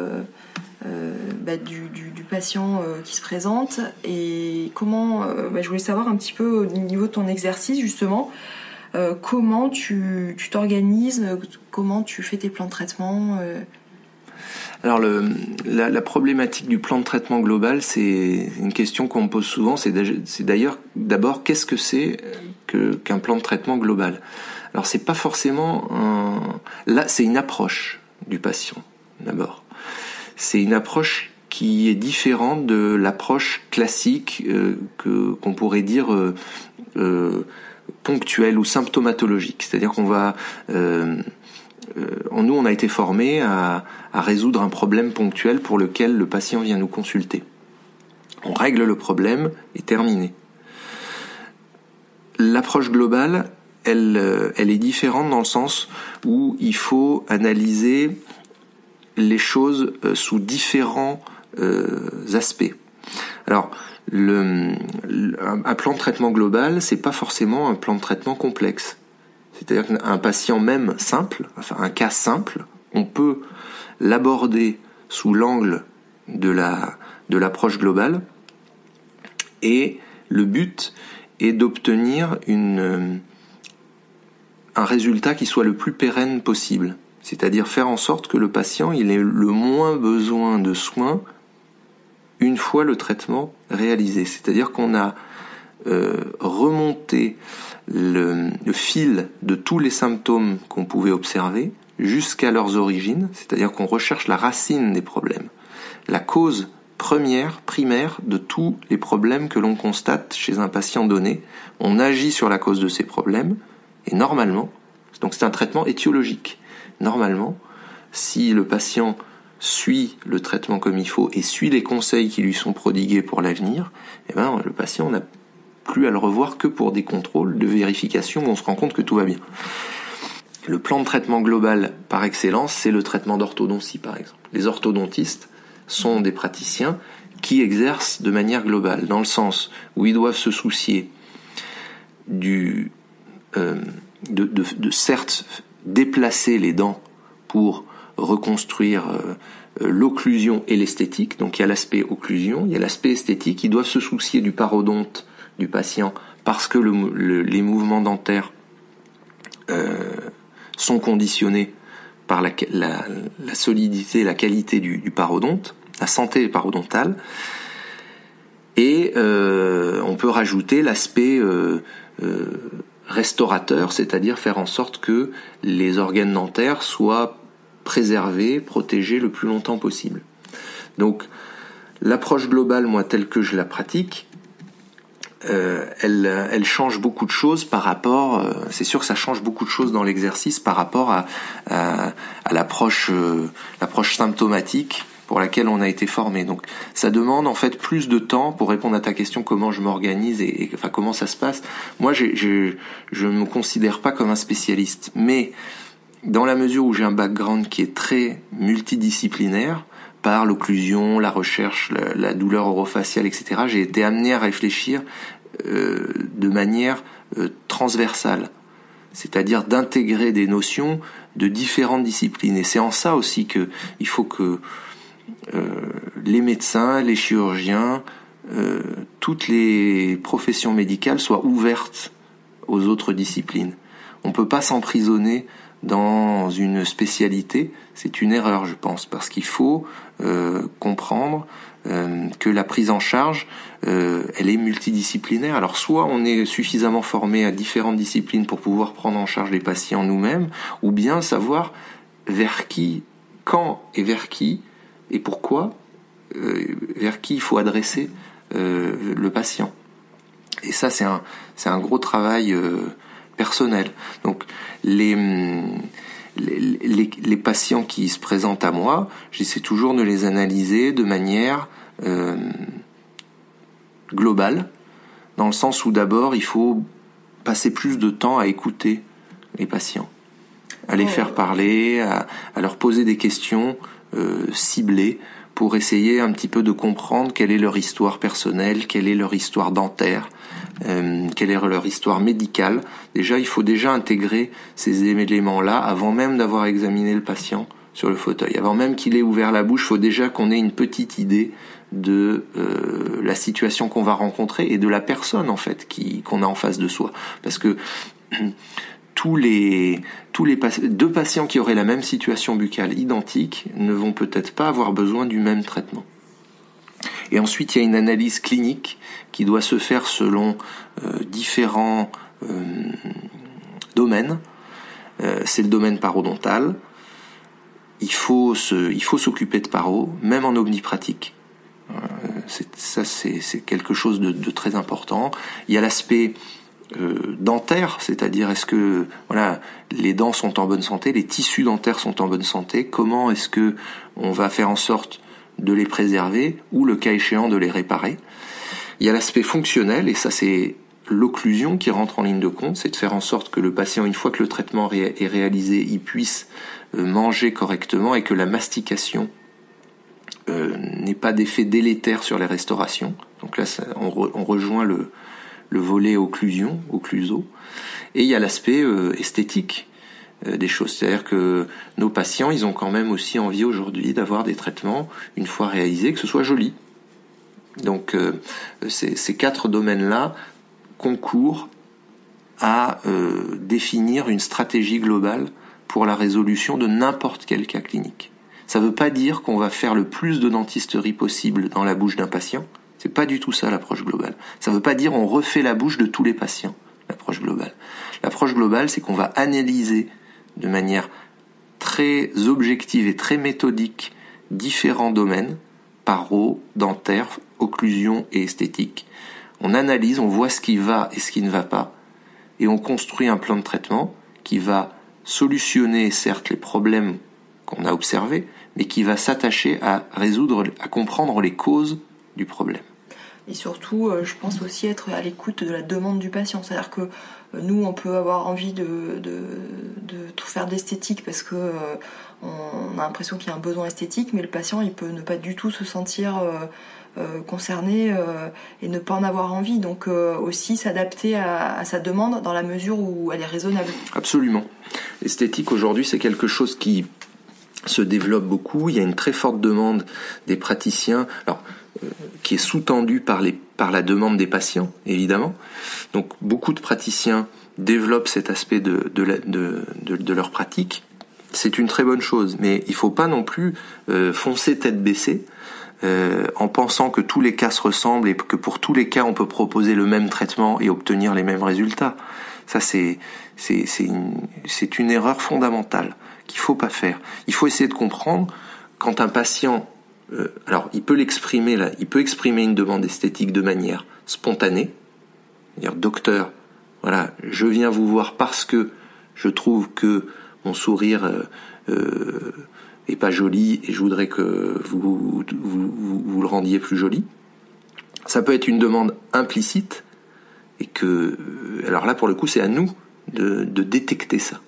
du patient qui se présente. Et comment, je voulais savoir un petit peu au niveau de ton exercice justement, comment tu t'organises, comment tu fais tes plans de traitement. Alors la problématique du plan de traitement global, c'est une question qu'on me pose souvent. C'est d'ailleurs d'abord qu'est-ce que c'est qu'un plan de traitement global. Alors c'est pas forcément là, c'est une approche du patient d'abord. C'est une approche qui est différente de l'approche classique qu'on pourrait dire ponctuelle ou symptomatologique. C'est-à-dire qu'on va nous, on a été formés à résoudre un problème ponctuel pour lequel le patient vient nous consulter. On règle le problème et terminé. L'approche globale, elle est différente dans le sens où il faut analyser les choses sous différents aspects. Alors, un plan de traitement global, c'est pas forcément un plan de traitement complexe. C'est-à-dire qu'un patient même simple, enfin un cas simple, on peut l'aborder sous l'angle de l'approche globale, et le but est d'obtenir un résultat qui soit le plus pérenne possible. C'est-à-dire faire en sorte que le patient il ait le moins besoin de soins une fois le traitement réalisé. C'est-à-dire qu'on a remonté le fil de tous les symptômes qu'on pouvait observer jusqu'à leurs origines, c'est-à-dire qu'on recherche la racine des problèmes, la cause primaire de tous les problèmes que l'on constate chez un patient donné. On agit sur la cause de ces problèmes, et normalement, donc c'est un traitement étiologique. Normalement, si le patient suit le traitement comme il faut et suit les conseils qui lui sont prodigués pour l'avenir, le patient n'a plus à le revoir que pour des contrôles de vérification où on se rend compte que tout va bien. Le plan de traitement global par excellence, c'est le traitement d'orthodontie par exemple. Les orthodontistes sont des praticiens qui exercent de manière globale, dans le sens où ils doivent se soucier de certes déplacer les dents pour reconstruire l'occlusion et l'esthétique. Donc il y a l'aspect occlusion, il y a l'aspect esthétique. Ils doivent se soucier du parodonte du patient parce que les mouvements dentaires sont conditionnés par la solidité, la qualité du parodonte, la santé parodontale. Et on peut rajouter l'aspect restaurateur, c'est-à-dire faire en sorte que les organes dentaires soient préservés, protégés le plus longtemps possible. Donc l'approche globale, moi telle que je la pratique, elle change beaucoup de choses par rapport, c'est sûr que ça change beaucoup de choses dans l'exercice par rapport à l'approche symptomatique pour laquelle on a été formé. Donc ça demande en fait plus de temps pour répondre à ta question, comment je m'organise et enfin comment ça se passe. Moi je me considère pas comme un spécialiste, mais dans la mesure où j'ai un background qui est très multidisciplinaire, par l'occlusion, la recherche, la douleur orofaciale, etc., j'ai été amené à réfléchir de manière transversale, c'est-à-dire d'intégrer des notions de différentes disciplines. Et c'est en ça aussi que il faut que les médecins, les chirurgiens, toutes les professions médicales soient ouvertes aux autres disciplines. On peut pas s'emprisonner dans une spécialité, c'est une erreur je pense, parce qu'il faut comprendre que la prise en charge elle est multidisciplinaire. Alors soit on est suffisamment formé à différentes disciplines pour pouvoir prendre en charge les patients nous-mêmes, ou bien savoir vers qui, quand et vers qui et pourquoi vers qui il faut adresser le patient. Et ça c'est un gros travail personnel. Donc les patients qui se présentent à moi, j'essaie toujours de les analyser de manière globale, dans le sens où d'abord il faut passer plus de temps à écouter les patients, à les faire parler, à leur poser des questions ciblées pour essayer un petit peu de comprendre quelle est leur histoire personnelle, quelle est leur histoire dentaire, quelle est leur histoire médicale. Déjà, il faut déjà intégrer ces éléments-là avant même d'avoir examiné le patient sur le fauteuil. Avant même qu'il ait ouvert la bouche, il faut déjà qu'on ait une petite idée de la situation qu'on va rencontrer et de la personne en fait qu'on a en face de soi. Parce que deux patients qui auraient la même situation buccale identique ne vont peut-être pas avoir besoin du même traitement. Et ensuite, il y a une analyse clinique qui doit se faire selon différents domaines. C'est le domaine parodontal. Il faut s'occuper de paro, même en omnipratique. C'est quelque chose de très important. Il y a l'aspect dentaire, c'est-à-dire est-ce que les dents sont en bonne santé, les tissus dentaires sont en bonne santé, comment est-ce que on va faire en sorte de les préserver ou le cas échéant de les réparer. Il y a l'aspect fonctionnel et ça c'est l'occlusion qui rentre en ligne de compte, c'est de faire en sorte que le patient, une fois que le traitement est réalisé, il puisse manger correctement et que la mastication n'ait pas d'effet délétère sur les restaurations. Donc là, on rejoint le volet occlusion, occluso. Et il y a l'aspect esthétique des choses. C'est-à-dire que nos patients, ils ont quand même aussi envie aujourd'hui d'avoir des traitements, une fois réalisés, que ce soit joli. Donc ces 4 domaines-là concourent à définir une stratégie globale pour la résolution de n'importe quel cas clinique. Ça ne veut pas dire qu'on va faire le plus de dentisterie possible dans la bouche d'un patient. C'est pas du tout ça l'approche globale. Ça ne veut pas dire on refait la bouche de tous les patients, l'approche globale. L'approche globale, c'est qu'on va analyser de manière très objective et très méthodique différents domaines, paro, dentaire, occlusion et esthétique. On analyse, on voit ce qui va et ce qui ne va pas, et on construit un plan de traitement qui va solutionner certes les problèmes qu'on a observés, mais qui va s'attacher à comprendre les causes du problème. Et surtout, je pense aussi être à l'écoute de la demande du patient. C'est-à-dire que nous, on peut avoir envie de tout faire d'esthétique parce que on a l'impression qu'il y a un besoin esthétique, mais le patient, il peut ne pas du tout se sentir concerné et ne pas en avoir envie. Donc aussi s'adapter à sa demande dans la mesure où elle est raisonnable. Absolument. L'esthétique aujourd'hui, c'est quelque chose qui se développe beaucoup. Il y a une très forte demande des praticiens, qui est sous-tendue par la demande des patients, évidemment. Donc beaucoup de praticiens développent cet aspect de leur pratique. C'est une très bonne chose, mais il ne faut pas non plus foncer tête baissée en pensant que tous les cas se ressemblent et que pour tous les cas on peut proposer le même traitement et obtenir les mêmes résultats. Ça c'est une erreur fondamentale qu'il faut pas faire. Il faut essayer de comprendre quand un patient, il peut l'exprimer là, il peut exprimer une demande esthétique de manière spontanée, c'est-à-dire docteur, voilà, je viens vous voir parce que je trouve que mon sourire est pas joli et je voudrais que vous le rendiez plus joli. Ça peut être une demande implicite et que, alors là pour le coup c'est à nous de détecter ça.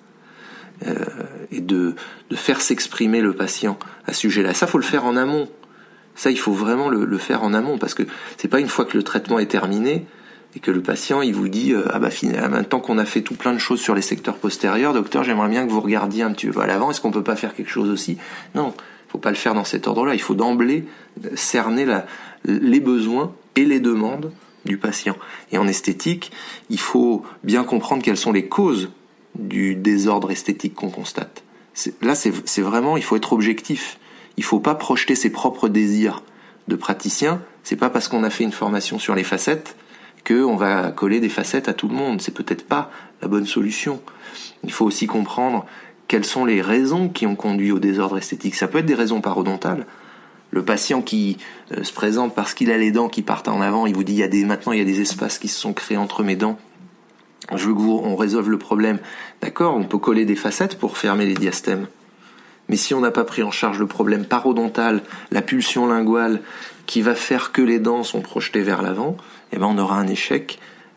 Et de faire s'exprimer le patient à ce sujet-là. Ça, faut le faire en amont. Ça, il faut vraiment le faire en amont parce que c'est pas une fois que le traitement est terminé et que le patient il vous dit maintenant qu'on a fait tout plein de choses sur les secteurs postérieurs, docteur, j'aimerais bien que vous regardiez un petit peu à l'avant. Est-ce qu'on peut pas faire quelque chose aussi ? Non, faut pas le faire dans cet ordre-là. Il faut d'emblée cerner les besoins et les demandes du patient. Et en esthétique, il faut bien comprendre quelles sont les causes du désordre esthétique qu'on constate. C'est vraiment, il faut être objectif. Il faut pas projeter ses propres désirs de praticien. C'est pas parce qu'on a fait une formation sur les facettes qu'on va coller des facettes à tout le monde. C'est peut-être pas la bonne solution. Il faut aussi comprendre quelles sont les raisons qui ont conduit au désordre esthétique. Ça peut être des raisons parodontales. Le patient qui se présente parce qu'il a les dents qui partent en avant, il vous dit maintenant il y a des espaces qui se sont créés entre mes dents. Je veux qu'on résolve le problème. D'accord, on peut coller des facettes pour fermer les diastèmes. Mais si on n'a pas pris en charge le problème parodontal, la pulsion linguale, qui va faire que les dents sont projetées vers l'avant, on aura un échec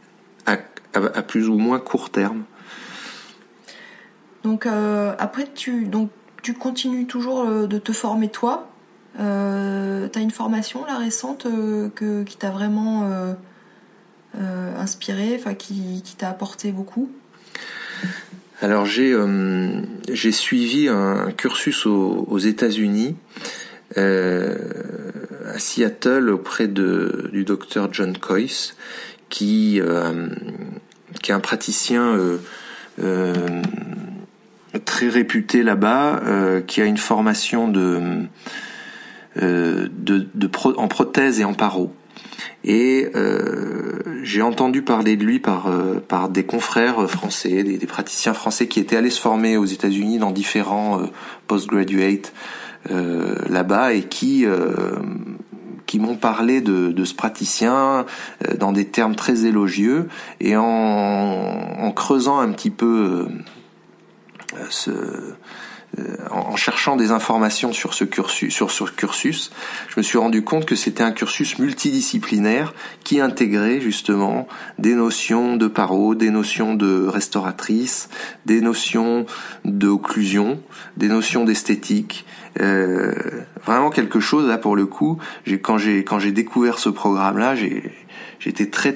à plus ou moins court terme. Donc après, tu continues toujours de te former toi. T'as une formation là récente qui t'a vraiment inspiré, qui t'a apporté beaucoup? Alors j'ai suivi un cursus aux États-Unis, à Seattle, auprès du docteur John Kois, qui est un praticien très réputé là-bas, qui a une formation en prothèse et en paro. Et j'ai entendu parler de lui par des confrères français, des praticiens français qui étaient allés se former aux États-Unis dans différents postgraduate là-bas et qui m'ont parlé de ce praticien dans des termes très élogieux, et en creusant un petit peu en cherchant des informations sur ce cursus, je me suis rendu compte que c'était un cursus multidisciplinaire qui intégrait justement des notions de paro, des notions de restauratrice, des notions d'occlusion, des notions d'esthétique. Vraiment quelque chose là pour le coup. Quand j'ai découvert ce programme-là, j'étais très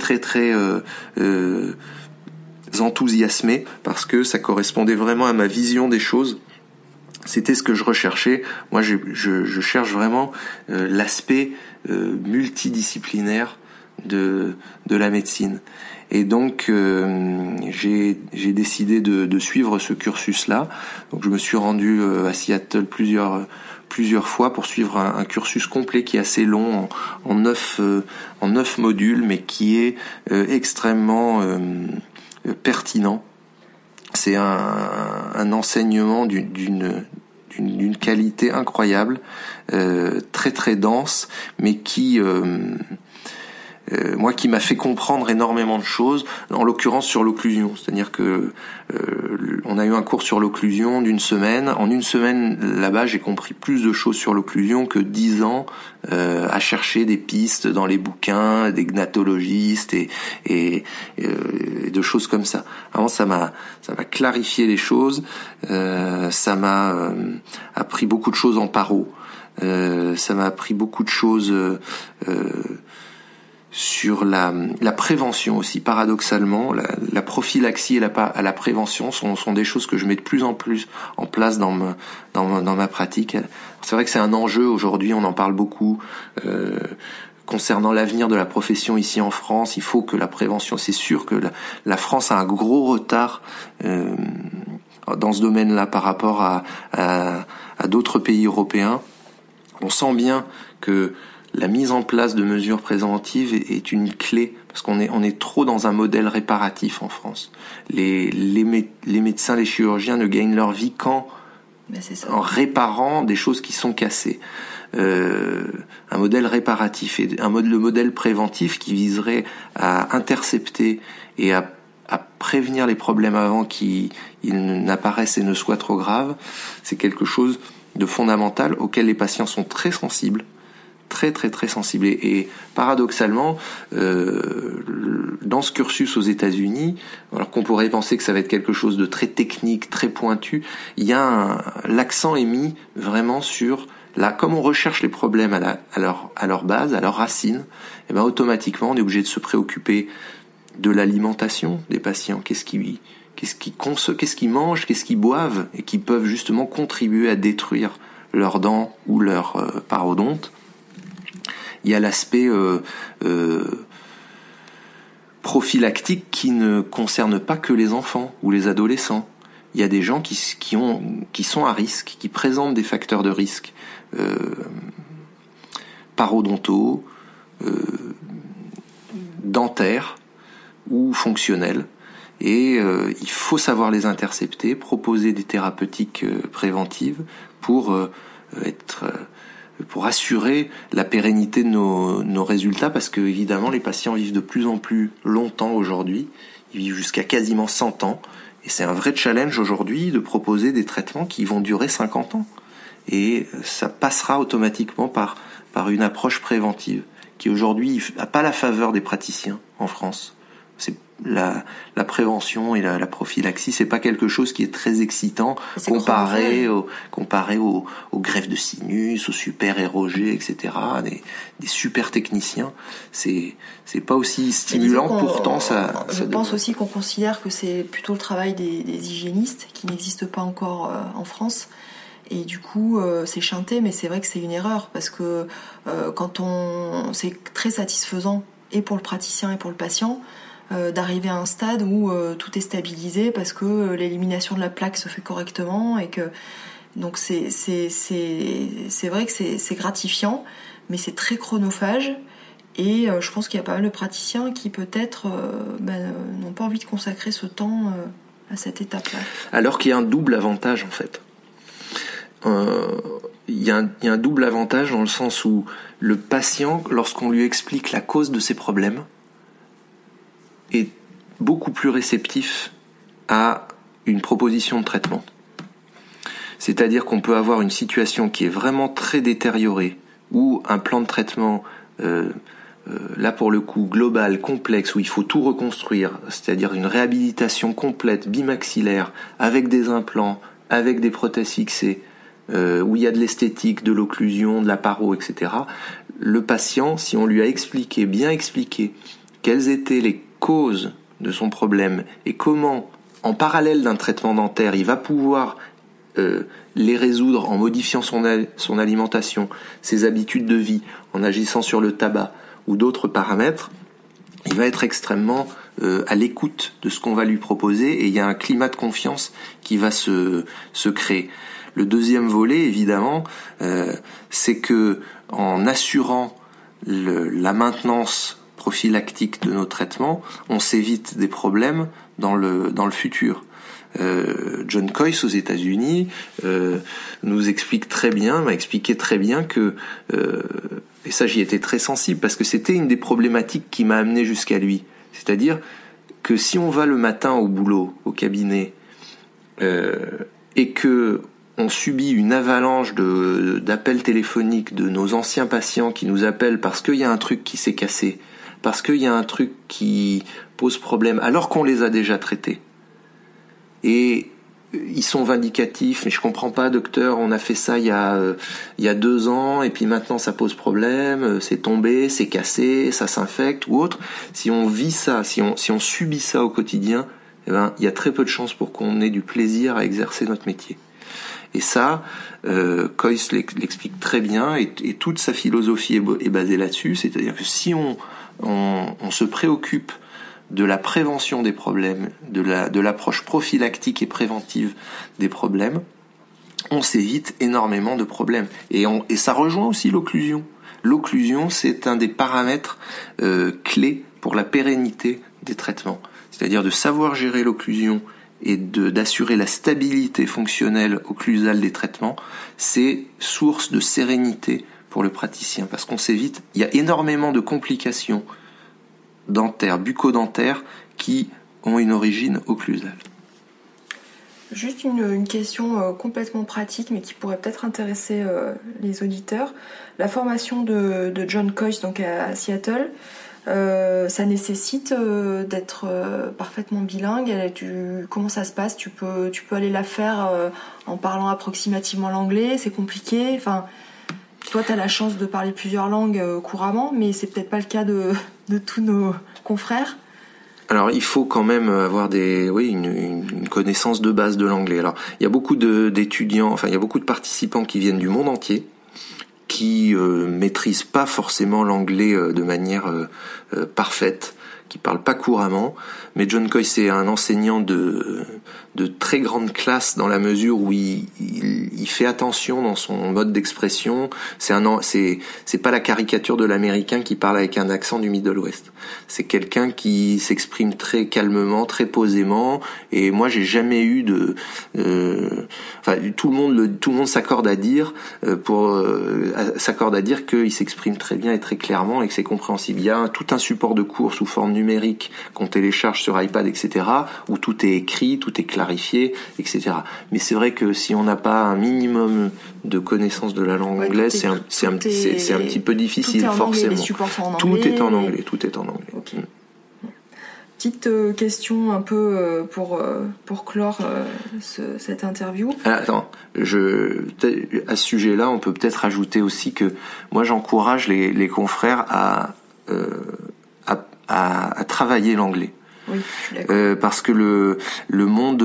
enthousiasmé parce que ça correspondait vraiment à ma vision des choses. C'était ce que je recherchais. Moi, je cherche vraiment l'aspect multidisciplinaire de la médecine. Et donc, j'ai décidé de suivre ce cursus-là. Donc, je me suis rendu à Seattle plusieurs fois pour suivre un cursus complet qui est assez long, en 9 modules, mais qui est extrêmement pertinent. C'est un enseignement d'une qualité incroyable, très dense, mais qui m'a fait comprendre énormément de choses, en l'occurrence sur l'occlusion. C'est-à-dire que on a eu un cours sur l'occlusion d'une semaine. En une semaine, là-bas, j'ai compris plus de choses sur l'occlusion que 10 ans à chercher des pistes dans les bouquins des gnatologistes et de choses comme ça. Vraiment, ça m'a clarifié les choses. Ça m'a appris beaucoup de choses en paro. Ça m'a appris beaucoup de choses sur la prévention aussi. Paradoxalement, la prophylaxie et la prévention sont des choses que je mets de plus en plus en place dans ma pratique. C'est vrai que c'est un enjeu aujourd'hui, on en parle beaucoup concernant l'avenir de la profession ici en France. Il faut que la prévention, c'est sûr que la France a un gros retard dans ce domaine-là par rapport à d'autres pays européens. On sent bien que la mise en place de mesures préventives est une clé, parce qu'on est trop dans un modèle réparatif en France. Les médecins, les chirurgiens ne gagnent leur vie qu'en réparant des choses qui sont cassées. Un modèle réparatif et le modèle préventif qui viserait à intercepter et à prévenir les problèmes avant qu'ils n'apparaissent et ne soient trop graves, c'est quelque chose de fondamental auquel les patients sont très sensibles. Très sensible. Et paradoxalement, dans ce cursus aux États-Unis, alors qu'on pourrait penser que ça va être quelque chose de très technique, très pointu, l'accent est mis vraiment sur comme on recherche les problèmes à leur base, à leur racine, et ben automatiquement on est obligé de se préoccuper de l'alimentation des patients. Qu'est-ce qu'ils mangent, qu'est-ce qu'ils boivent, et qui peuvent justement contribuer à détruire leurs dents ou leur parodonte. Il y a l'aspect prophylactique qui ne concerne pas que les enfants ou les adolescents. Il y a des gens qui sont à risque, qui présentent des facteurs de risque parodontaux, dentaires ou fonctionnels. Et il faut savoir les intercepter, proposer des thérapeutiques préventives pour assurer la pérennité de nos résultats, parce que évidemment les patients vivent de plus en plus longtemps aujourd'hui, ils vivent jusqu'à quasiment 100 ans, et c'est un vrai challenge aujourd'hui de proposer des traitements qui vont durer 50 ans, et ça passera automatiquement par une approche préventive qui aujourd'hui n'a pas la faveur des praticiens en France. C'est la prévention et la prophylaxie, c'est pas quelque chose qui est très excitant comparé aux greffes de sinus, aux super érogés, etc. Des super techniciens. C'est pas aussi stimulant, pourtant ça. Je pense aussi qu'on considère que c'est plutôt le travail des hygiénistes qui n'existent pas encore en France. Et du coup, c'est chanté, mais c'est vrai que c'est une erreur, parce que c'est très satisfaisant et pour le praticien et pour le patient d'arriver à un stade où tout est stabilisé parce que l'élimination de la plaque se fait correctement, et que donc c'est vrai que c'est gratifiant, mais c'est très chronophage, et je pense qu'il y a pas mal de praticiens qui peut-être n'ont pas envie de consacrer ce temps à cette étape-là. Alors qu'il y a un double avantage en fait. Il y a un double avantage dans le sens où le patient, lorsqu'on lui explique la cause de ses problèmes, est beaucoup plus réceptif à une proposition de traitement. C'est-à-dire qu'on peut avoir une situation qui est vraiment très détériorée, ou un plan de traitement, là pour le coup global, complexe, où il faut tout reconstruire, c'est-à-dire une réhabilitation complète, bimaxillaire, avec des implants, avec des prothèses fixées, où il y a de l'esthétique, de l'occlusion, de la paro, etc. Le patient, si on lui a bien expliqué, quelles étaient les causes de son problème et comment, en parallèle d'un traitement dentaire, il va pouvoir les résoudre en modifiant son alimentation, ses habitudes de vie, en agissant sur le tabac ou d'autres paramètres, il va être extrêmement à l'écoute de ce qu'on va lui proposer et il y a un climat de confiance qui va se créer. Le deuxième volet, évidemment, c'est que en assurant la maintenance prophylactique de nos traitements, on s'évite des problèmes dans le futur. John Kois aux États-Unis m'a expliqué très bien que et ça j'y étais très sensible parce que c'était une des problématiques qui m'a amené jusqu'à lui. C'est-à-dire que si on va le matin au boulot, au cabinet, et que on subit une avalanche d'appels téléphoniques de nos anciens patients qui nous appellent parce qu'il y a un truc qui s'est cassé, parce qu'il y a un truc qui pose problème, alors qu'on les a déjà traités. Et ils sont vindicatifs, mais je comprends pas, docteur, on a fait ça il y a 2 ans, et puis maintenant ça pose problème, c'est tombé, c'est cassé, ça s'infecte ou autre. Si on vit ça, si on subit ça au quotidien, eh ben, il y a très peu de chances pour qu'on ait du plaisir à exercer notre métier. Et ça, Kois l'explique très bien, et toute sa philosophie est basée là-dessus, c'est-à-dire que si on se préoccupe de la prévention des problèmes, de l'approche prophylactique et préventive des problèmes, on s'évite énormément de problèmes. Et ça rejoint aussi l'occlusion. L'occlusion, c'est un des paramètres clés pour la pérennité des traitements. C'est-à-dire de savoir gérer l'occlusion et d'assurer la stabilité fonctionnelle occlusale des traitements, c'est source de sérénité pour le praticien. Parce qu'on s'évite, il y a énormément de complications dentaires, bucco-dentaires, qui ont une origine occlusale. Juste une question complètement pratique, mais qui pourrait peut-être intéresser les auditeurs. La formation de John Kois, donc à Seattle, ça nécessite d'être parfaitement bilingue. Comment ça se passe ? Tu peux aller la faire en parlant approximativement l'anglais, c'est compliqué. Enfin, toi, tu as la chance de parler plusieurs langues couramment, mais c'est peut-être pas le cas de tous nos confrères. Alors, il faut quand même avoir une connaissance de base de l'anglais. Alors, il y a beaucoup d'étudiants, il y a beaucoup de participants qui viennent du monde entier, qui maîtrisent pas forcément l'anglais de manière parfaite, qui parlent pas couramment. Mais John Kois est un enseignant de très grande classe dans la mesure où il fait attention dans son mode d'expression. C'est pas la caricature de l'américain qui parle avec un accent du Middle West. C'est quelqu'un qui s'exprime très calmement, très posément. Et moi, j'ai jamais eu tout le monde s'accorde à dire qu'il s'exprime très bien et très clairement et que c'est compréhensible. Il y a tout un support de cours sous forme numérique qu'on télécharge sur iPad, etc., où tout est écrit, tout est clarifié, etc. Mais c'est vrai que si on n'a pas un minimum de connaissance de la langue anglaise, c'est un petit peu difficile, forcément. Tout est en anglais. Okay. Petite question un peu pour clore cette interview. Attends, à ce sujet-là, on peut peut-être ajouter aussi que moi j'encourage les confrères à travailler l'anglais. Oui, je suis d'accord. Parce que le monde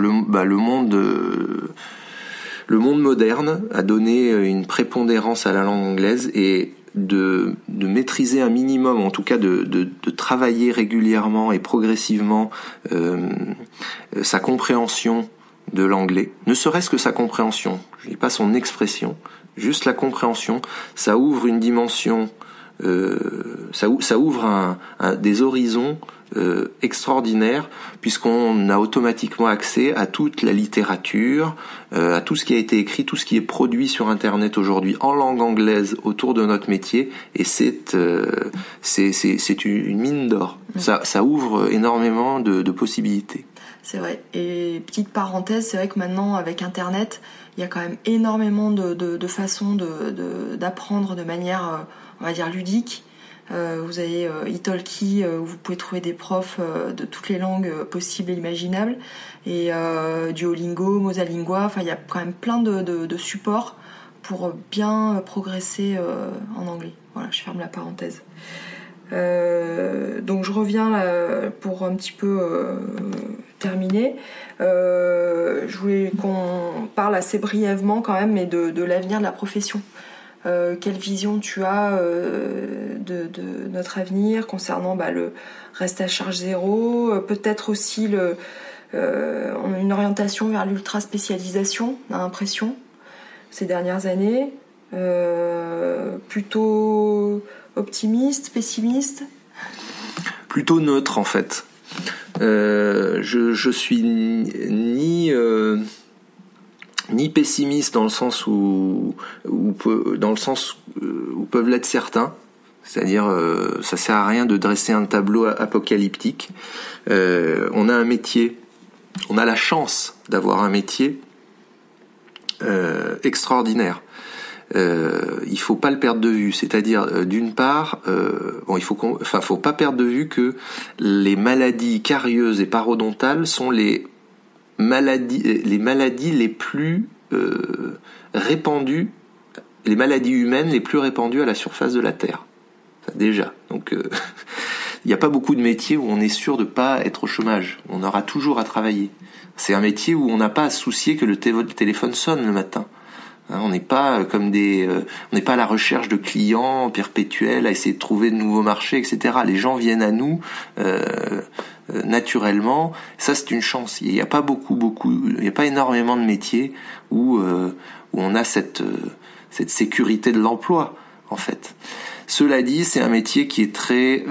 moderne a donné une prépondérance à la langue anglaise, et de maîtriser un minimum, en tout cas de travailler régulièrement et progressivement sa compréhension de l'anglais, ne serait-ce que sa compréhension, je dis pas son expression, juste la compréhension, ça ouvre une dimension, ça ouvre des horizons extraordinaires, puisqu'on a automatiquement accès à toute la littérature, à tout ce qui a été écrit, tout ce qui est produit sur Internet aujourd'hui en langue anglaise autour de notre métier, et c'est une mine d'or. Ça ouvre énormément de possibilités. C'est vrai. Et petite parenthèse, c'est vrai que maintenant, avec Internet, il y a quand même énormément de façons d'apprendre de manière, on va dire, ludique. Vous avez Italki, où vous pouvez trouver des profs de toutes les langues possibles et imaginables, et Duolingo, Mosalingua, il y a quand même plein de supports pour bien progresser en anglais. Voilà, je ferme la parenthèse. Donc je reviens là pour un petit peu terminer. Je voulais qu'on parle assez brièvement quand même, mais de l'avenir de la profession. Quelle vision tu as de notre avenir concernant le reste à charge zéro, peut-être aussi une orientation vers l'ultra spécialisation, on a l'impression, ces dernières années, plutôt optimiste, pessimiste? Plutôt neutre en fait. Je suis ni pessimiste dans le sens où peuvent l'être certains. C'est-à-dire, ça sert à rien de dresser un tableau apocalyptique. On a un métier, on a la chance d'avoir un métier extraordinaire. Il faut pas le perdre de vue. C'est-à-dire, d'une part, faut pas perdre de vue que les maladies carieuses et parodontales sont les maladies les plus répandues, les maladies humaines les plus répandues à la surface de la Terre. Déjà. Donc, il n'y a pas beaucoup de métiers où on est sûr de pas être au chômage. On aura toujours à travailler. C'est un métier où on n'a pas à se soucier que le téléphone sonne le matin. On n'est pas on n'est pas à la recherche de clients perpétuels, à essayer de trouver de nouveaux marchés, etc. Les gens viennent à nous naturellement. Ça, c'est une chance. Il n'y a pas il n'y a pas énormément de métiers où on a cette sécurité de l'emploi, en fait. Cela dit, c'est un métier qui est très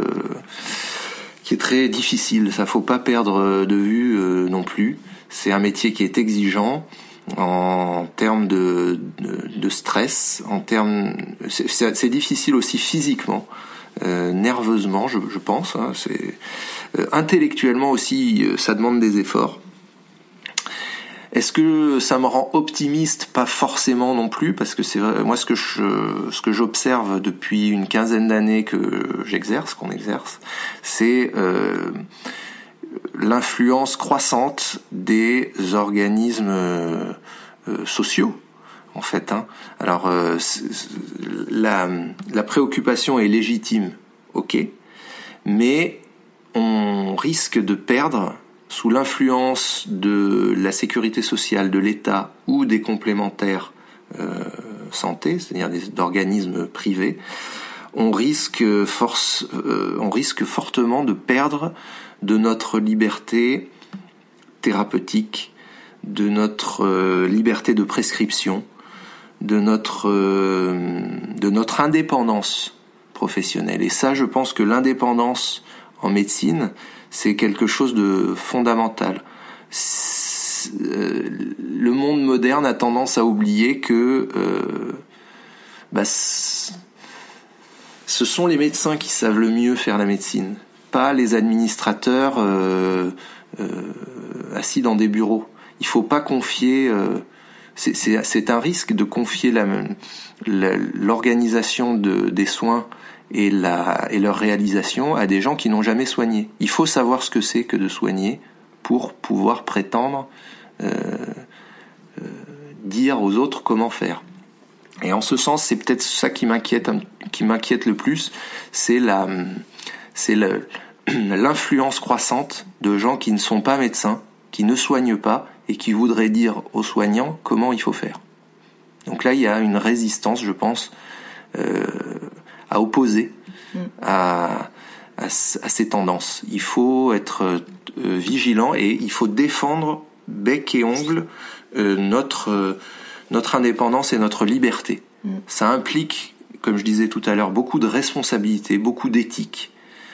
difficile. Ça, faut pas perdre de vue non plus. C'est un métier qui est exigeant en termes de stress, c'est difficile aussi physiquement, nerveusement, je pense. C'est intellectuellement aussi, ça demande des efforts. Est-ce que ça me rend optimiste? Pas forcément non plus, parce que c'est vrai, moi ce que j'observe depuis une quinzaine d'années qu'on exerce, c'est l'influence croissante des organismes sociaux, en fait. Alors, la préoccupation est légitime, ok, mais on risque de perdre, sous l'influence de la sécurité sociale, de l'État ou des complémentaires santé, c'est-à-dire d'organismes privés, on risque fortement de perdre de notre liberté thérapeutique, de notre liberté de prescription, de notre indépendance professionnelle. Et ça, je pense que l'indépendance en médecine, c'est quelque chose de fondamental. Le monde moderne a tendance à oublier que ce sont les médecins qui savent le mieux faire la médecine, pas les administrateurs assis dans des bureaux. Il faut pas confier. C'est un risque de confier l'organisation des soins et leur réalisation à des gens qui n'ont jamais soigné. Il faut savoir ce que c'est que de soigner pour pouvoir prétendre dire aux autres comment faire. Et en ce sens, c'est peut-être ça qui m'inquiète le plus, c'est l'influence croissante de gens qui ne sont pas médecins, qui ne soignent pas et qui voudraient dire aux soignants comment il faut faire. Donc là, il y a une résistance, je pense, à opposer à ces tendances. Il faut être vigilant et il faut défendre bec et ongle notre indépendance et notre liberté. Ça implique, comme je disais tout à l'heure, beaucoup de responsabilité, beaucoup d'éthique.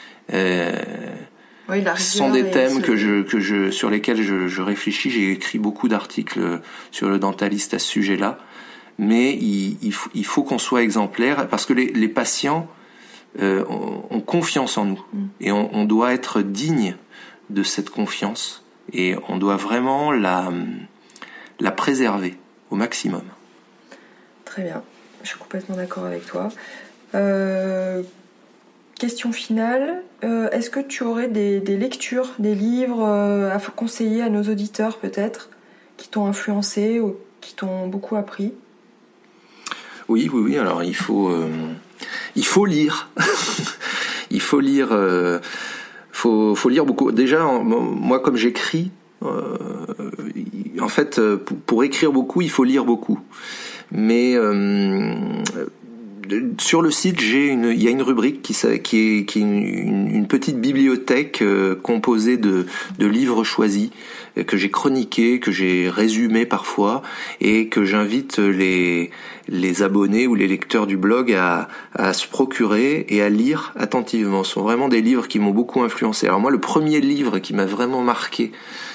Oui, ce sont des thèmes sur lesquels je réfléchis. J'ai écrit beaucoup d'articles sur le dentaliste à ce sujet-là. Mais il faut qu'on soit exemplaire parce que les patients ont confiance en nous. Et on doit être digne de cette confiance. Et on doit vraiment la préserver. au maximum. Très bien, je suis complètement d'accord avec toi. Question finale, est-ce que tu aurais des lectures, des livres à conseiller à nos auditeurs peut-être, qui t'ont influencé ou qui t'ont beaucoup appris ? Oui, alors il faut lire. Il faut lire, faut lire beaucoup. Déjà, moi comme j'écris, en fait, pour écrire beaucoup, il faut lire beaucoup. Mais sur le site, il y a une rubrique qui est une petite bibliothèque composée de livres choisis que j'ai chroniqués, que j'ai résumés parfois, et que j'invite les abonnés ou les lecteurs du blog à se procurer et à lire attentivement. Ce sont vraiment des livres qui m'ont beaucoup influencé. Alors moi, le premier livre qui m'a vraiment marqué,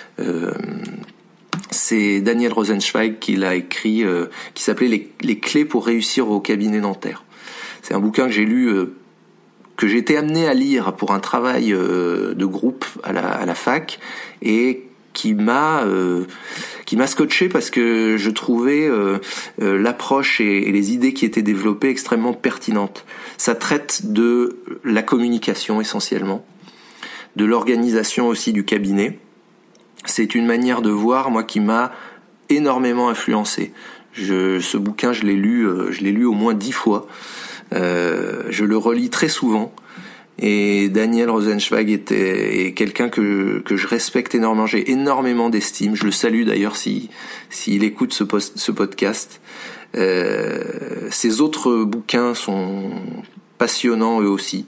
c'est Daniel Rosenzweig qui l'a écrit, qui s'appelait les clés pour réussir au cabinet dentaire. C'est un bouquin que j'ai lu, que j'ai été amené à lire pour un travail de groupe à la fac, et qui m'a scotché parce que je trouvais l'approche et les idées qui étaient développées extrêmement pertinentes. Ça traite de la communication essentiellement, de l'organisation aussi du cabinet. C'est une manière de voir, moi, qui m'a énormément influencé. Ce bouquin, je l'ai lu au moins 10 fois. Je le relis très souvent. Et Daniel Rosenzweig est quelqu'un que je respecte énormément. J'ai énormément d'estime. Je le salue d'ailleurs s'il écoute ce podcast. Ses autres bouquins sont passionnants eux aussi.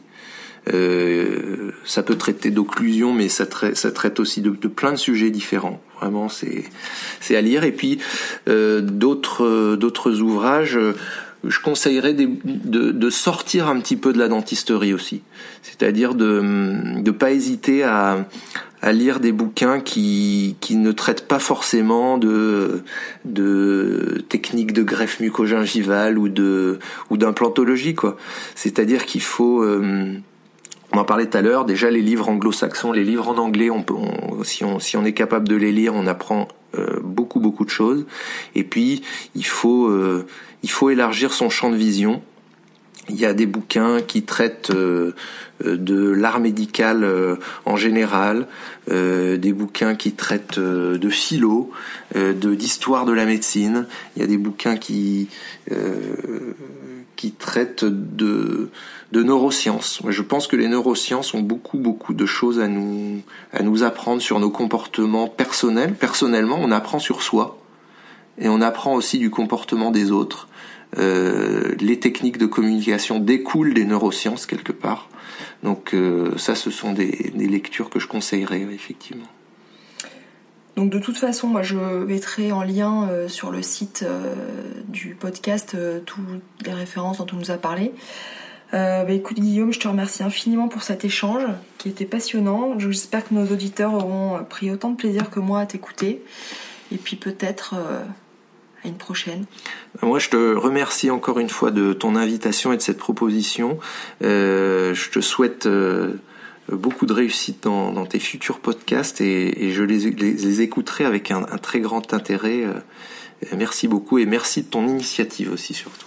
Ça peut traiter d'occlusion, mais ça traite aussi de plein de sujets différents. Vraiment, c'est à lire. Et puis d'autres ouvrages, je conseillerais de sortir un petit peu de la dentisterie aussi. C'est-à-dire de pas hésiter à lire des bouquins qui ne traitent pas forcément de techniques de greffe mucogingivale ou d'implantologie, quoi. C'est-à-dire qu'il faut on en parlait tout à l'heure, déjà les livres anglo-saxons, les livres en anglais, si on est capable de les lire, on apprend beaucoup de choses. Et puis il faut élargir son champ de vision. Il y a des bouquins qui traitent de l'art médical en général, des bouquins qui traitent de philo, d'histoire de la médecine. Il y a des bouquins qui traitent de neurosciences. Je pense que les neurosciences ont beaucoup de choses à nous apprendre sur nos comportements personnels. Personnellement, on apprend sur soi et on apprend aussi du comportement des autres. Les techniques de communication découlent des neurosciences quelque part. Donc ça, ce sont des lectures que je conseillerais, effectivement. Donc de toute façon, moi je mettrai en lien sur le site du podcast toutes les références dont on nous a parlé. Écoute Guillaume, je te remercie infiniment pour cet échange qui était passionnant. J'espère que nos auditeurs auront pris autant de plaisir que moi à t'écouter. Et puis peut-être à une prochaine. Moi, je te remercie encore une fois de ton invitation et de cette proposition. Je te souhaite beaucoup de réussite dans tes futurs podcasts et je les écouterai avec un très grand intérêt. Merci beaucoup et merci de ton initiative aussi surtout.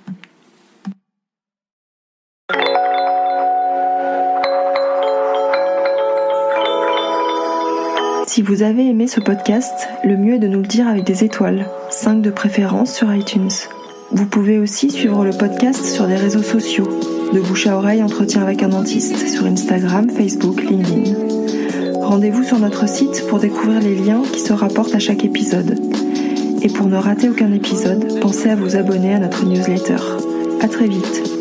Si vous avez aimé ce podcast, le mieux est de nous le dire avec des étoiles, 5 de préférence sur iTunes. Vous pouvez aussi suivre le podcast sur des réseaux sociaux, de bouche à oreille entretien avec un dentiste, sur Instagram, Facebook, LinkedIn. Rendez-vous sur notre site pour découvrir les liens qui se rapportent à chaque épisode. Et pour ne rater aucun épisode, pensez à vous abonner à notre newsletter. À très vite.